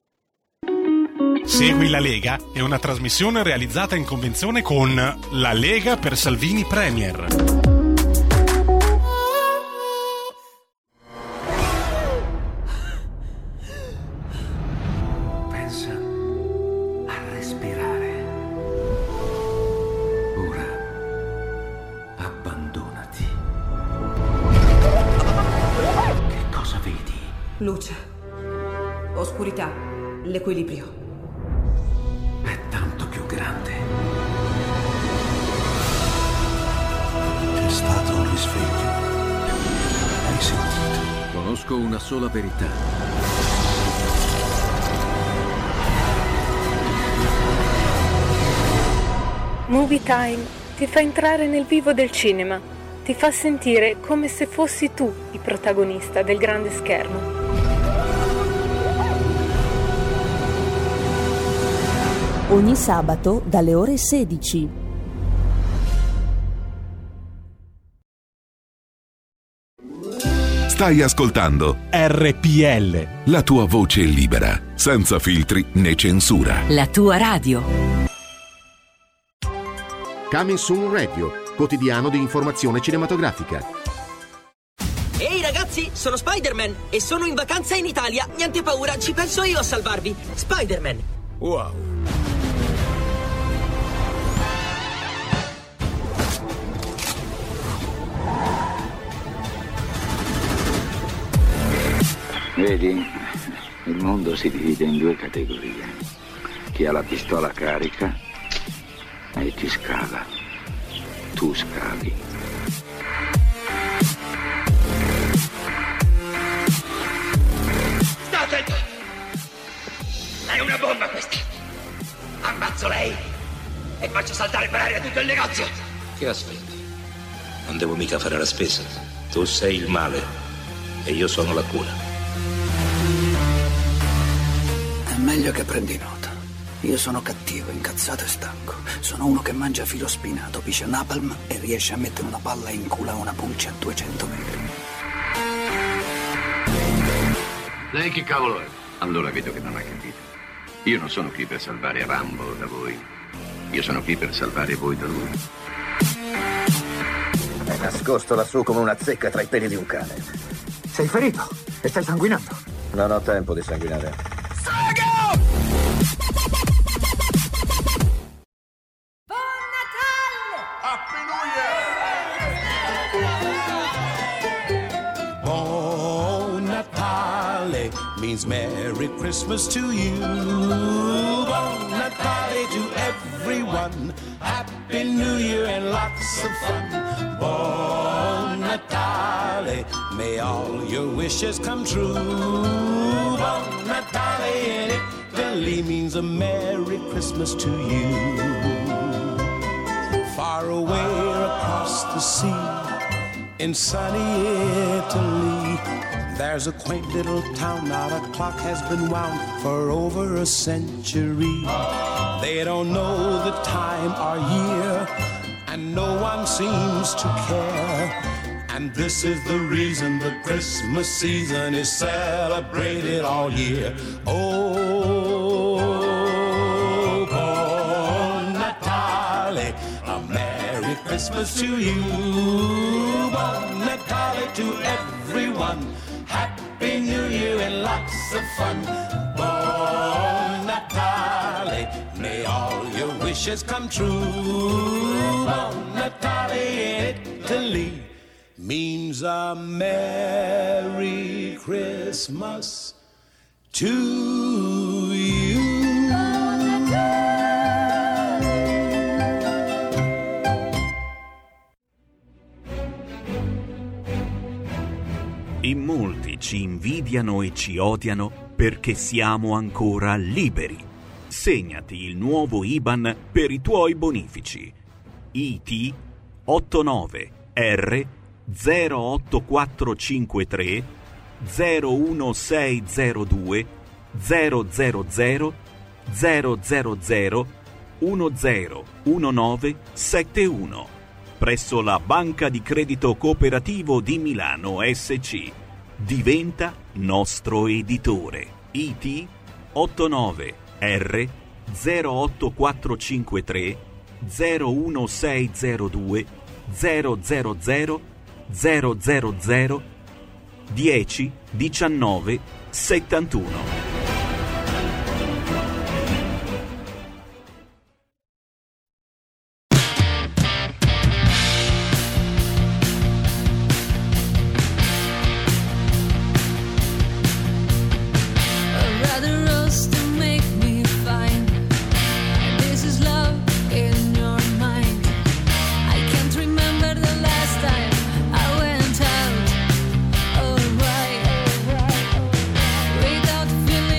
Segui la Lega è una trasmissione realizzata in convenzione con La Lega per Salvini Premier. Luce, oscurità, l'equilibrio. È tanto più grande. C'è stato un risveglio. Hai sentito? Conosco una sola verità. Movie Time ti fa entrare nel vivo del cinema, ti fa sentire come se fossi tu il protagonista del grande schermo. Ogni sabato dalle ore sedici. Stai ascoltando R P L, la tua voce libera, senza filtri né censura. La tua radio. Coming Soon Radio, quotidiano di informazione cinematografica. Ehi ragazzi, sono Spider-Man e sono in vacanza in Italia. Niente paura, ci penso io a salvarvi. Spider-Man. Wow. Vedi, il mondo si divide in due categorie. Chi ha la pistola carica e chi scava. Tu scavi. Sta attento! È una bomba questa! Ammazzo lei e faccio saltare per aria tutto il negozio! Che aspetti? Non devo mica fare la spesa. Tu sei il male e io sono la cura. È meglio che prendi nota. Io sono cattivo, incazzato e stanco. Sono uno che mangia filo spinato, piscia napalm e riesce a mettere una palla in culo a una pulce a duecento metri. Lei chi cavolo è? Allora vedo che non ha capito. Io non sono qui per salvare Rambo da voi. Io sono qui per salvare voi da lui. È nascosto lassù come una zecca tra i peli di un cane. Sei ferito e stai sanguinando. Non ho tempo di sanguinare. Buon Natale means Merry Christmas to you. Buon Natale to everyone. Happy New Year and lots of fun. Buon Natale, may all your wishes come true. Buon Natale in Italy means a Merry Christmas to you. Far away across the sea, in sunny Italy, there's a quaint little town. Now the clock has been wound for over a century. They don't know the time or year, and no one seems to care. And this is the reason the Christmas season is celebrated all year. Oh, Buon Natale, a Merry Christmas to you. Buon Natale to everyone. Happy New Year and lots of fun. Buon Natale, may all your wishes come true. Buon Natale in Italy means a Merry Christmas to you. In molti ci invidiano e ci odiano perché siamo ancora liberi. Segnati il nuovo I B A N per i tuoi bonifici. I T ottantanove R zero otto quattro cinque tre zero uno sei zero due zero zero zero zero zero zero uno zero uno nove sette uno presso la Banca di Credito Cooperativo di Milano S C. Diventa nostro editore. I T ottantanove R zero otto quattro cinque tre zero uno sei zero due zero zero zero zero zero zero dieci diciannove settantuno. Without feeling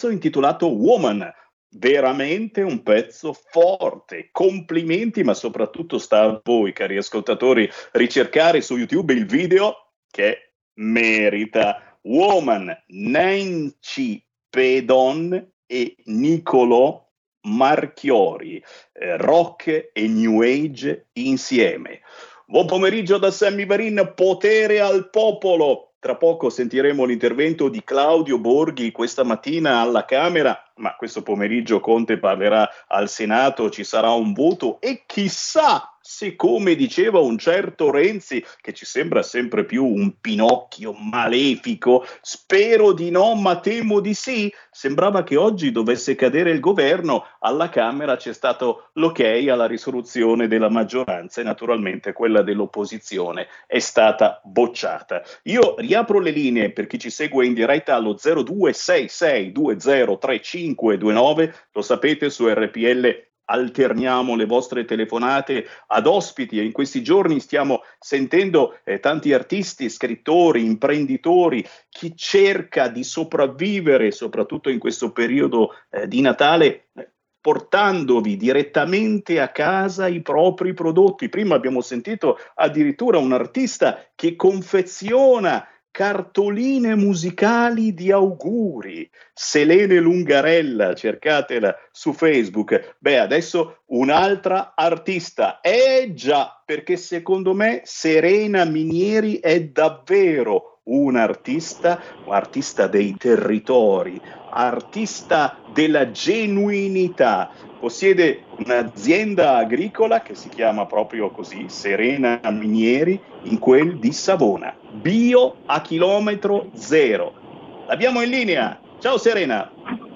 pezzo intitolato Woman, veramente un pezzo forte, complimenti, ma soprattutto sta a voi, cari ascoltatori, ricercare su YouTube il video che merita. Woman, Nancy Pedon e Nicolò Marchiori, eh, rock e new age insieme. Buon pomeriggio da Sammy Varin, potere al popolo. Tra poco sentiremo l'intervento di Claudio Borghi questa mattina alla Camera, ma questo pomeriggio Conte parlerà al Senato, ci sarà un voto e chissà se, come diceva un certo Renzi, che ci sembra sempre più un Pinocchio malefico, spero di no ma temo di sì, sembrava che oggi dovesse cadere il governo, alla Camera c'è stato l'ok alla risoluzione della maggioranza e naturalmente quella dell'opposizione è stata bocciata. Io riapro le linee per chi ci segue in diretta allo zero due sei sei due zero tre cinque due nove, lo sapete, su R P L alterniamo le vostre telefonate ad ospiti e in questi giorni stiamo sentendo eh, tanti artisti, scrittori, imprenditori, chi cerca di sopravvivere soprattutto in questo periodo eh, di Natale, eh, portandovi direttamente a casa i propri prodotti. Prima abbiamo sentito addirittura un artista che confeziona cartoline musicali di auguri, Selene Lungarella, cercatela su Facebook. Beh, adesso un'altra artista, eh già, perché secondo me Serena Minieri è davvero un'artista, artista dei territori, artista della genuinità. Possiede un'azienda agricola che si chiama proprio così, Serena Minieri, in quel di Savona. Bio a chilometro zero. L'abbiamo in linea. Ciao Serena.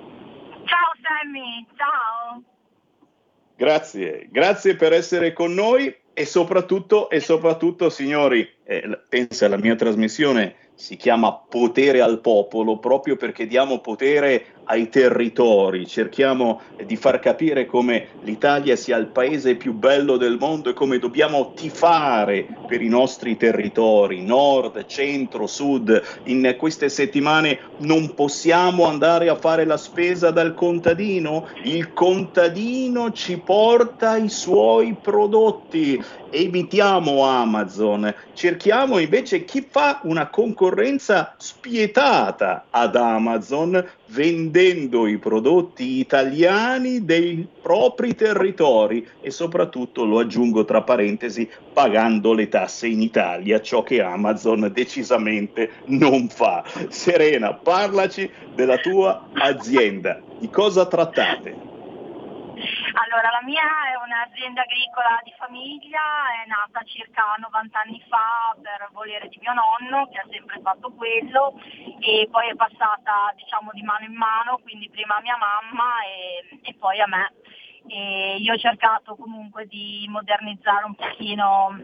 Ciao Sammy, ciao. Grazie, grazie per essere con noi e soprattutto, e soprattutto signori, eh, pensa alla mia trasmissione, si chiama Potere al Popolo proprio perché diamo potere ai territori, cerchiamo di far capire come l'Italia sia il paese più bello del mondo e come dobbiamo tifare per i nostri territori, nord, centro, sud. In queste settimane non possiamo andare a fare la spesa dal contadino, il contadino ci porta i suoi prodotti, evitiamo Amazon, cerchiamo invece chi fa una concorrenza spietata ad Amazon, vendendo i prodotti italiani dei propri territori e soprattutto, lo aggiungo tra parentesi, pagando le tasse in Italia, ciò che Amazon decisamente non fa. Serena, parlaci della tua azienda, di cosa trattate? Allora, la mia è un'azienda agricola di famiglia, è nata circa novanta anni fa per volere di mio nonno, che ha sempre fatto quello, e poi è passata, diciamo, di mano in mano, quindi prima a mia mamma e, e poi a me. E io ho cercato comunque di modernizzare un pochino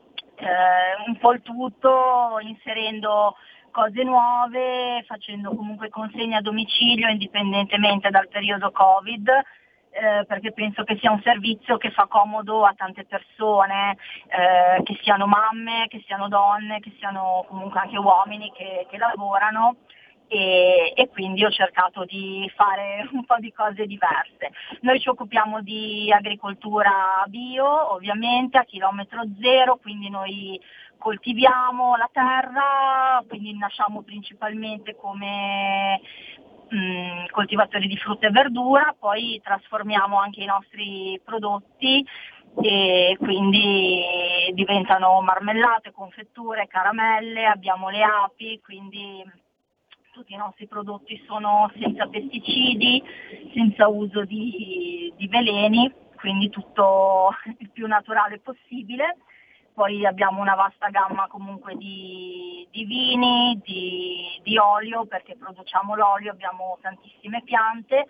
eh, un po' il tutto, inserendo cose nuove, facendo comunque consegne a domicilio indipendentemente dal periodo Covid, Eh, perché penso che sia un servizio che fa comodo a tante persone, eh, che siano mamme, che siano donne, che siano comunque anche uomini che, che lavorano e, e quindi ho cercato di fare un po' di cose diverse. Noi ci occupiamo di agricoltura bio, ovviamente a chilometro zero, quindi noi coltiviamo la terra, quindi nasciamo principalmente come Mh, coltivatori di frutta e verdura, poi trasformiamo anche i nostri prodotti e quindi diventano marmellate, confetture, caramelle, abbiamo le api, quindi tutti i nostri prodotti sono senza pesticidi, senza uso di, di veleni, quindi tutto il più naturale possibile. Poi abbiamo una vasta gamma comunque di, di vini, di, di olio, perché produciamo l'olio, abbiamo tantissime piante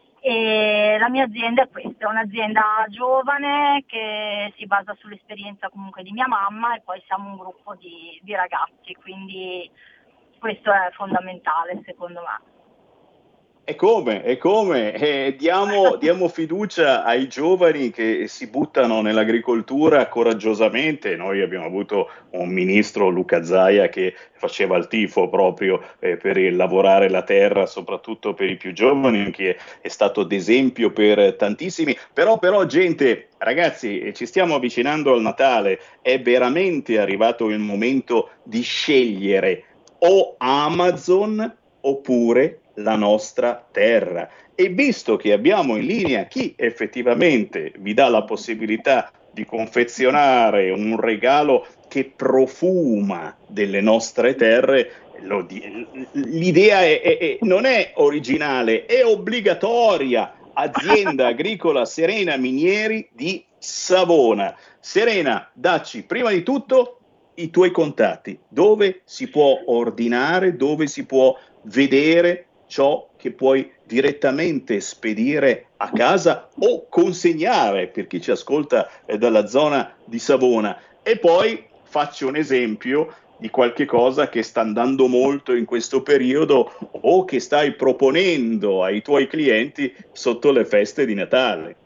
e la mia azienda è questa, è un'azienda giovane che si basa sull'esperienza comunque di mia mamma e poi siamo un gruppo di, di ragazzi, quindi questo è fondamentale secondo me. E come, e come? Eh, diamo, diamo fiducia ai giovani che si buttano nell'agricoltura coraggiosamente. Noi abbiamo avuto un ministro, Luca Zaia, che faceva il tifo proprio eh, per il lavorare la terra, soprattutto per i più giovani, che è stato d'esempio per tantissimi. Però, però, gente, ragazzi, ci stiamo avvicinando al Natale, è veramente arrivato il momento di scegliere o Amazon oppure la nostra terra. E visto che abbiamo in linea chi effettivamente vi dà la possibilità di confezionare un regalo che profuma delle nostre terre, lo di- l'idea è, è, è, non è originale, è obbligatoria. Azienda agricola Serena Minieri di Savona. Serena, dacci prima di tutto i tuoi contatti, dove si può ordinare, dove si può vedere ciò che puoi direttamente spedire a casa o consegnare per chi ci ascolta eh, dalla zona di Savona. E poi faccio un esempio di qualche cosa che sta andando molto in questo periodo o che stai proponendo ai tuoi clienti sotto le feste di Natale.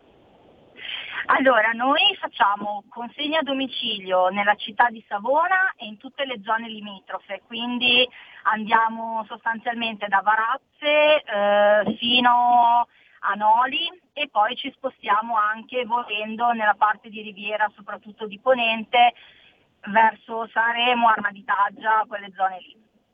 Allora, noi facciamo consegna a domicilio nella città di Savona e in tutte le zone limitrofe, quindi andiamo sostanzialmente da Varazze eh, fino a Noli e poi ci spostiamo anche volendo nella parte di Riviera, soprattutto di Ponente, verso Sanremo, Arma di Taggia, quelle zone lì.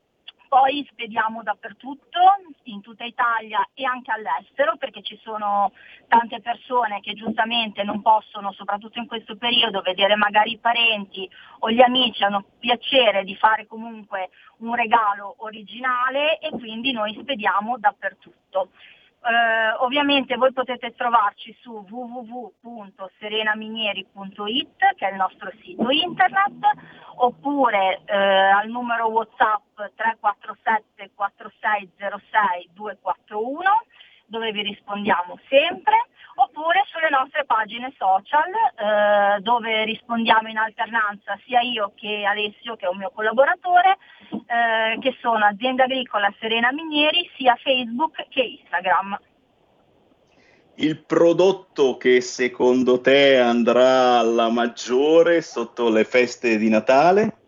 Poi spediamo dappertutto, in tutta Italia e anche all'estero, perché ci sono tante persone che giustamente non possono, soprattutto in questo periodo, vedere magari i parenti o gli amici, hanno piacere di fare comunque un regalo originale e quindi noi spediamo dappertutto. Eh, ovviamente voi potete trovarci su w w w punto serenaminieri punto i t, che è il nostro sito internet, oppure eh, al numero WhatsApp tre quattro sette quattro sei zero sei due quattro uno, dove vi rispondiamo sempre, oppure sulle nostre pagine social eh, dove rispondiamo in alternanza sia io che Alessio, che è un mio collaboratore, eh, che sono Azienda Agricola Serena Minieri, sia Facebook che Instagram. Il prodotto che secondo te andrà alla maggiore sotto le feste di Natale?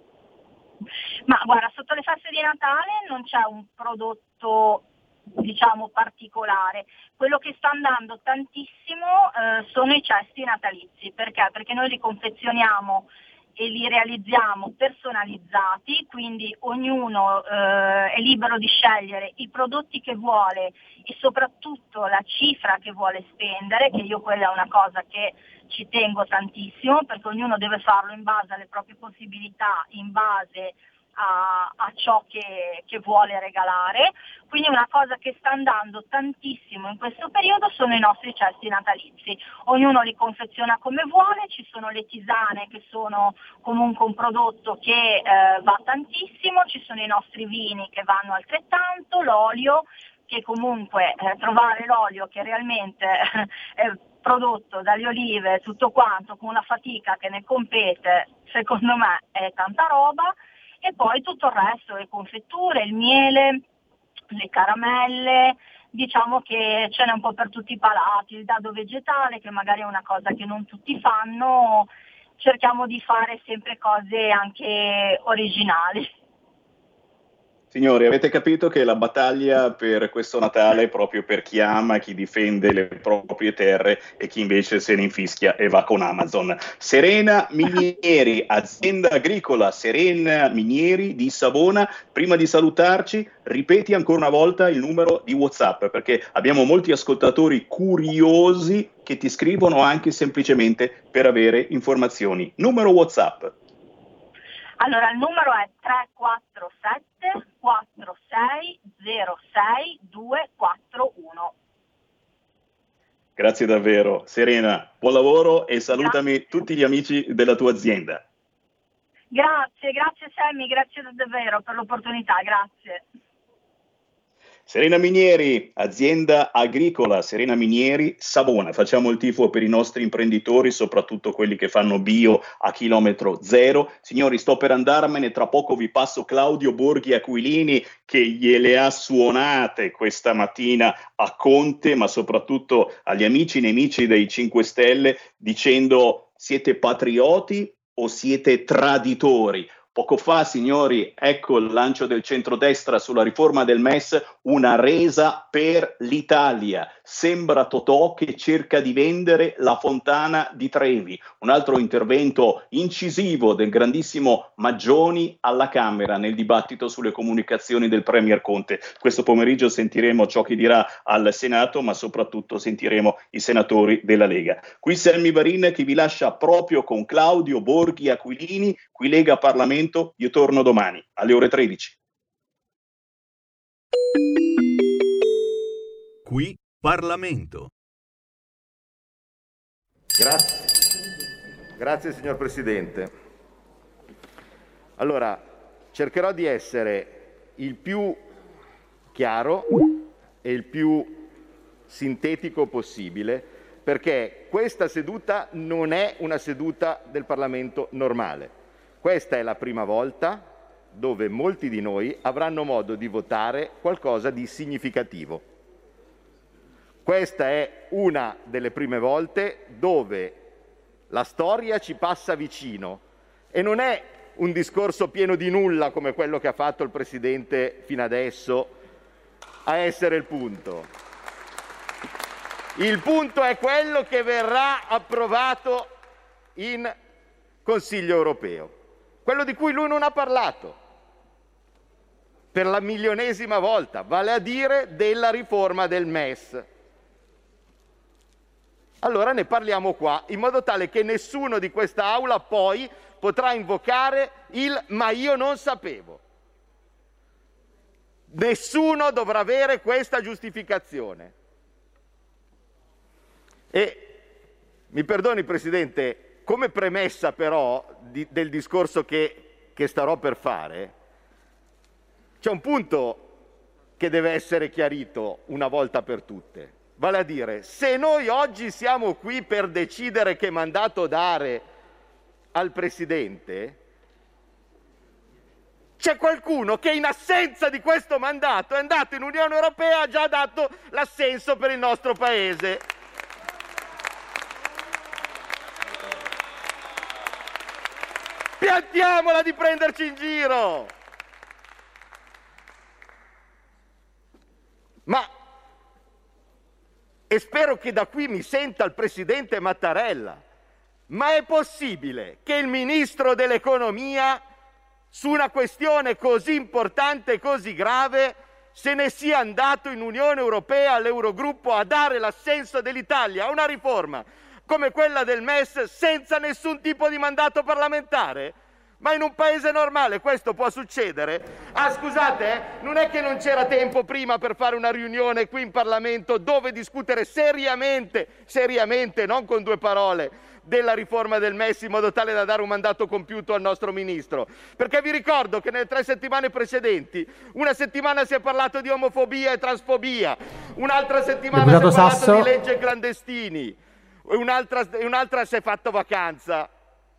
Ma guarda, sotto le feste di Natale non c'è un prodotto diciamo particolare. Quello che sta andando tantissimo eh, sono i cesti natalizi. Perché? Perché noi li confezioniamo e li realizziamo personalizzati, quindi ognuno eh, è libero di scegliere i prodotti che vuole e soprattutto la cifra che vuole spendere, che io quella è una cosa che ci tengo tantissimo, perché ognuno deve farlo in base alle proprie possibilità, in base A, a ciò che, che vuole regalare. Quindi una cosa che sta andando tantissimo in questo periodo sono i nostri cesti natalizi. Ognuno li confeziona come vuole, ci sono le tisane che sono comunque un prodotto che eh, va tantissimo, ci sono i nostri vini che vanno altrettanto, l'olio che comunque eh, trovare l'olio che realmente è prodotto dalle olive, tutto quanto, con una fatica che ne compete, secondo me è tanta roba. E poi tutto il resto, le confetture, il miele, le caramelle, diciamo che ce n'è un po' per tutti i palati, il dado vegetale che magari è una cosa che non tutti fanno, cerchiamo di fare sempre cose anche originali. Signori, avete capito che la battaglia per questo Natale è proprio per chi ama, chi difende le proprie terre e chi invece se ne infischia e va con Amazon. Serena Minieri, azienda agricola Serena Minieri di Savona. Prima di salutarci, ripeti ancora una volta il numero di WhatsApp, perché abbiamo molti ascoltatori curiosi che ti scrivono anche semplicemente per avere informazioni. Numero WhatsApp. Allora, il numero è tre quattro sette quattro sei zero sei due quattro uno. Grazie davvero. Serena, buon lavoro e salutami grazie. Tutti gli amici della tua azienda. Grazie, grazie Sammy, grazie davvero per l'opportunità, grazie. Serena Minieri, azienda agricola Serena Minieri, Savona. Facciamo il tifo per i nostri imprenditori, soprattutto quelli che fanno bio a chilometro zero. Signori, sto per andarmene, tra poco vi passo Claudio Borghi Aquilini che gliele ha suonate questa mattina a Conte, ma soprattutto agli amici nemici dei cinque Stelle, dicendo: siete patrioti o siete traditori? Poco fa, signori, ecco il lancio del centrodestra sulla riforma del M E S, una resa per l'Italia. Sembra Totò che cerca di vendere la fontana di Trevi. Un altro intervento incisivo del grandissimo Maggioni alla Camera nel dibattito sulle comunicazioni del Premier Conte. Questo pomeriggio sentiremo ciò che dirà al Senato, ma soprattutto sentiremo i senatori della Lega. Qui Selmi Varin che vi lascia proprio con Claudio Borghi Aquilini, qui Lega Parlamento. Io torno domani alle ore tredici. Qui Parlamento. Grazie. Grazie signor Presidente. Allora, cercherò di essere il più chiaro e il più sintetico possibile, perché questa seduta non è una seduta del Parlamento normale. Questa è la prima volta dove molti di noi avranno modo di votare qualcosa di significativo. Questa è una delle prime volte dove la storia ci passa vicino e non è un discorso pieno di nulla come quello che ha fatto il Presidente fino adesso a essere il punto. Il punto è quello che verrà approvato in Consiglio europeo. Quello di cui lui non ha parlato per la milionesima volta, vale a dire della riforma del M E S. Allora ne parliamo qua, in modo tale che nessuno di questa Aula poi potrà invocare il "ma io non sapevo". Nessuno dovrà avere questa giustificazione. E mi perdoni, Presidente, come premessa però di, del discorso che, che starò per fare, c'è un punto che deve essere chiarito una volta per tutte. Vale a dire, se noi oggi siamo qui per decidere che mandato dare al Presidente, c'è qualcuno che in assenza di questo mandato è andato in Unione Europea e ha già dato l'assenso per il nostro Paese. Piantiamola di prenderci in giro! Ma, e spero che da qui mi senta il Presidente Mattarella, ma è possibile che il Ministro dell'Economia, su una questione così importante e così grave, se ne sia andato in Unione Europea, all'Eurogruppo, a dare l'assenso dell'Italia a una riforma come quella del M E S senza nessun tipo di mandato parlamentare? Ma in un paese normale questo può succedere? Ah, scusate, eh? Non è che non c'era tempo prima per fare una riunione qui in Parlamento dove discutere seriamente, seriamente, non con due parole, della riforma del M E S in modo tale da dare un mandato compiuto al nostro Ministro? Perché vi ricordo che nelle tre settimane precedenti, una settimana si è parlato di omofobia e transfobia, un'altra settimana si è parlato Sasso. di legge clandestini, e un'altra, un'altra si è fatto vacanza.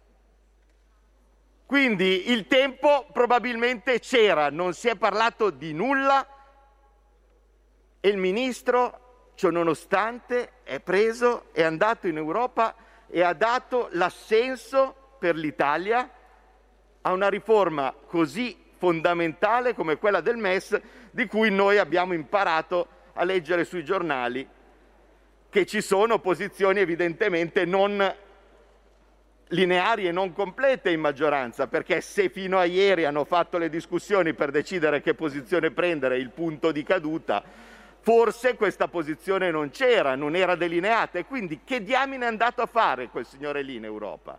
Quindi il tempo probabilmente c'era, non si è parlato di nulla e il Ministro, ciononostante, è preso, è andato in Europa e ha dato l'assenso per l'Italia a una riforma così fondamentale come quella del M E S, di cui noi abbiamo imparato a leggere sui giornali che ci sono posizioni evidentemente non lineari e non complete in maggioranza, perché se fino a ieri hanno fatto le discussioni per decidere che posizione prendere, il punto di caduta, forse questa posizione non c'era, non era delineata, e quindi che diamine è andato a fare quel signore lì in Europa?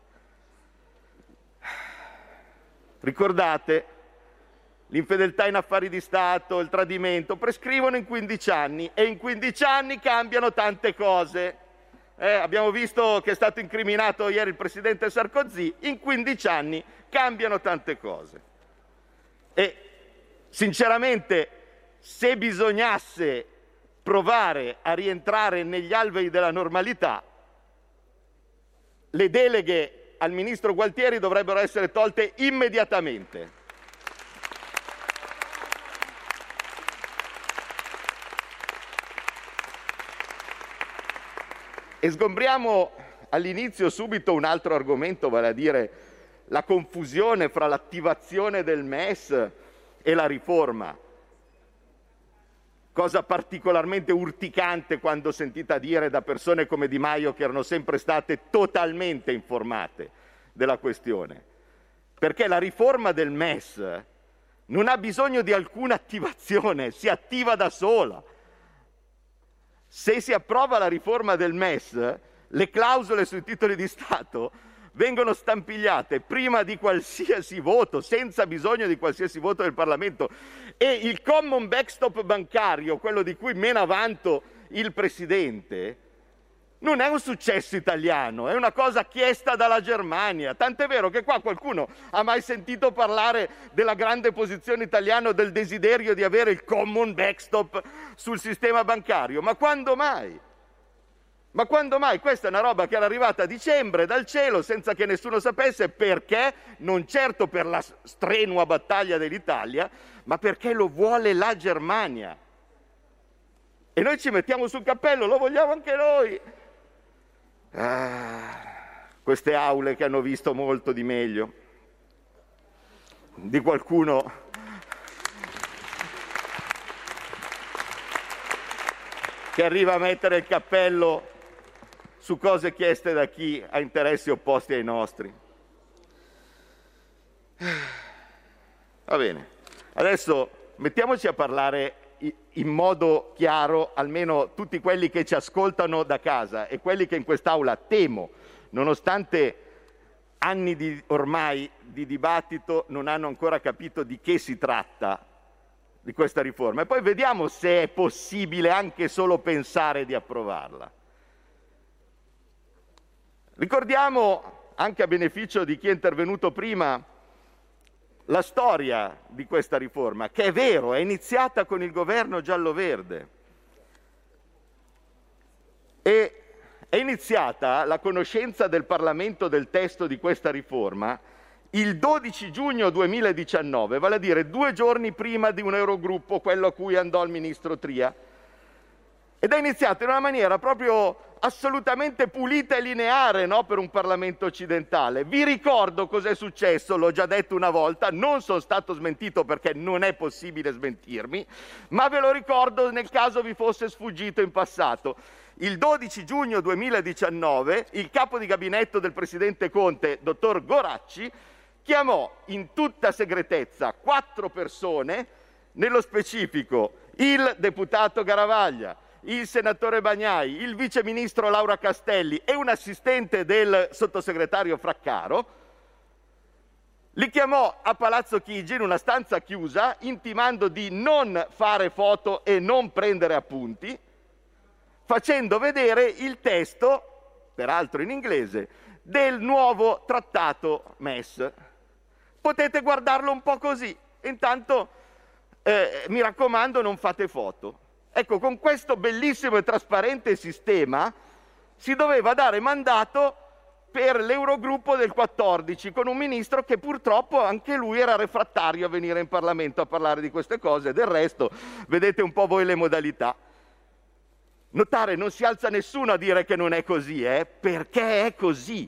Ricordate, l'infedeltà in affari di Stato, il tradimento, prescrivono in quindici anni e in quindici anni cambiano tante cose. Eh, abbiamo visto che è stato incriminato ieri il presidente Sarkozy, in quindici anni cambiano tante cose. E sinceramente se bisognasse provare a rientrare negli alvei della normalità, le deleghe al ministro Gualtieri dovrebbero essere tolte immediatamente. E sgombriamo all'inizio subito un altro argomento, vale a dire la confusione fra l'attivazione del M E S e la riforma. Cosa particolarmente urticante quando sentita dire da persone come Di Maio, che erano sempre state totalmente informate della questione. Perché la riforma del M E S non ha bisogno di alcuna attivazione, si attiva da sola. Se si approva la riforma del M E S, le clausole sui titoli di Stato vengono stampigliate prima di qualsiasi voto, senza bisogno di qualsiasi voto del Parlamento. E il common backstop bancario, quello di cui mena vanto il Presidente, non è un successo italiano, è una cosa chiesta dalla Germania. Tant'è vero che qua qualcuno ha mai sentito parlare della grande posizione italiana, del desiderio di avere il common backstop sul sistema bancario. Ma quando mai? Ma quando mai? Questa è una roba che era arrivata a dicembre dal cielo senza che nessuno sapesse perché, non certo per la strenua battaglia dell'Italia, ma perché lo vuole la Germania. E noi ci mettiamo sul cappello, lo vogliamo anche noi. Ah, queste aule che hanno visto molto di meglio. Di qualcuno che arriva a mettere il cappello su cose chieste da chi ha interessi opposti ai nostri. Va bene, adesso mettiamoci a parlare in modo chiaro, almeno tutti quelli che ci ascoltano da casa e quelli che in quest'Aula, temo, nonostante anni di, ormai di dibattito, non hanno ancora capito di che si tratta di questa riforma. E poi vediamo se è possibile anche solo pensare di approvarla. Ricordiamo, anche a beneficio di chi è intervenuto prima, la storia di questa riforma, che è vero, è iniziata con il governo giallo-verde. E è iniziata la conoscenza del Parlamento del testo di questa riforma il dodici giugno duemiladiciannove, vale a dire due giorni prima di un Eurogruppo, quello a cui andò il ministro Tria. Ed è iniziato in una maniera proprio assolutamente pulita e lineare, no? Per un Parlamento occidentale. Vi ricordo cos'è successo, l'ho già detto una volta, non sono stato smentito perché non è possibile smentirmi, ma ve lo ricordo nel caso vi fosse sfuggito in passato. Il dodici giugno duemiladiciannove il capo di gabinetto del presidente Conte, dottor Goracci, chiamò in tutta segretezza quattro persone, nello specifico il deputato Garavaglia, il senatore Bagnai, il viceministro Laura Castelli e un assistente del sottosegretario Fraccaro. Li chiamò a Palazzo Chigi in una stanza chiusa, intimando di non fare foto e non prendere appunti, facendo vedere il testo, peraltro in inglese, del nuovo trattato M E S. Potete guardarlo un po' così. Intanto, eh, mi raccomando, non fate foto. Ecco, con questo bellissimo e trasparente sistema si doveva dare mandato per l'Eurogruppo del quattordici, con un ministro che purtroppo anche lui era refrattario a venire in Parlamento a parlare di queste cose. Del resto, vedete un po' voi le modalità. Notare, non si alza nessuno a dire che non è così, eh? Perché è così.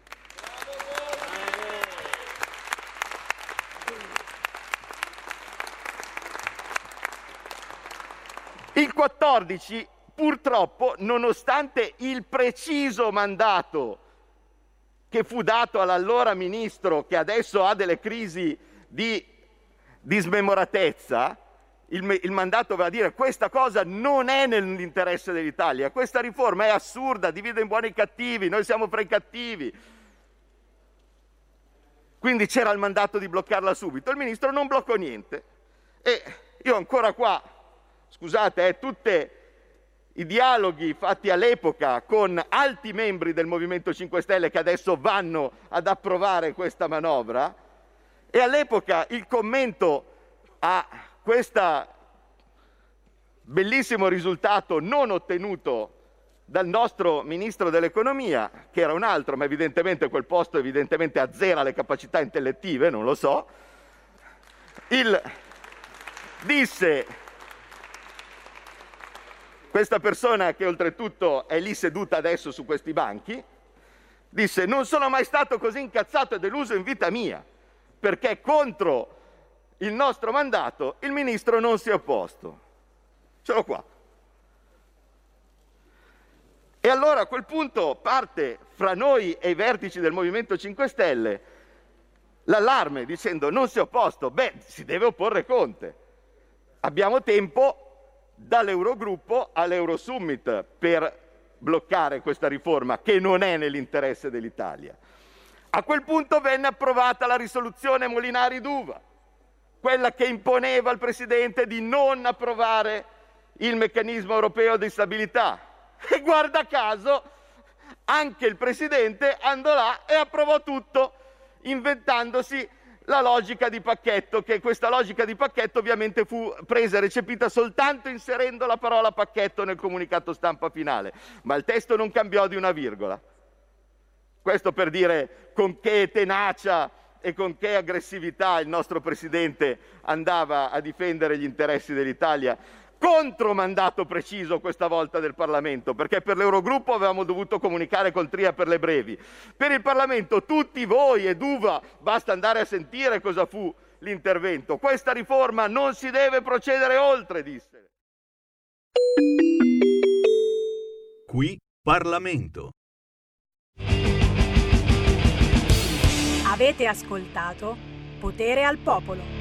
Il quattordici, purtroppo, nonostante il preciso mandato che fu dato all'allora ministro, che adesso ha delle crisi di, di smemoratezza, il, il mandato va a dire questa cosa non è nell'interesse dell'Italia, questa riforma è assurda, divide in buoni e cattivi, noi siamo fra i cattivi. Quindi c'era il mandato di bloccarla subito, il ministro non bloccò niente. E io ancora qua, scusate, eh, tutti i dialoghi fatti all'epoca con alti membri del Movimento cinque Stelle che adesso vanno ad approvare questa manovra, e all'epoca il commento a questa bellissimo risultato non ottenuto dal nostro ministro dell'economia, che era un altro, ma evidentemente quel posto evidentemente azzera le capacità intellettive, non lo so. Il disse, questa persona che oltretutto è lì seduta adesso su questi banchi, disse: non sono mai stato così incazzato e deluso in vita mia, perché contro il nostro mandato il ministro non si è opposto. Ce l'ho qua. E allora a quel punto parte fra noi e i vertici del Movimento cinque Stelle l'allarme dicendo: non si è opposto, beh, si deve opporre Conte. Abbiamo tempo dall'Eurogruppo all'Eurosummit per bloccare questa riforma che non è nell'interesse dell'Italia. A quel punto venne approvata la risoluzione Molinari-D'Uva, quella che imponeva al Presidente di non approvare il meccanismo europeo di stabilità. E guarda caso, anche il Presidente andò là e approvò tutto, inventandosi la logica di pacchetto, che questa logica di pacchetto ovviamente fu presa e recepita soltanto inserendo la parola pacchetto nel comunicato stampa finale, ma il testo non cambiò di una virgola. Questo per dire con che tenacia e con che aggressività il nostro Presidente andava a difendere gli interessi dell'Italia, contro mandato preciso questa volta del Parlamento, perché per l'Eurogruppo avevamo dovuto comunicare col Tria per le brevi. Per il Parlamento, tutti voi ed Uva, basta andare a sentire cosa fu l'intervento. Questa riforma non si deve procedere oltre, disse. Qui Parlamento. Avete ascoltato Potere al Popolo.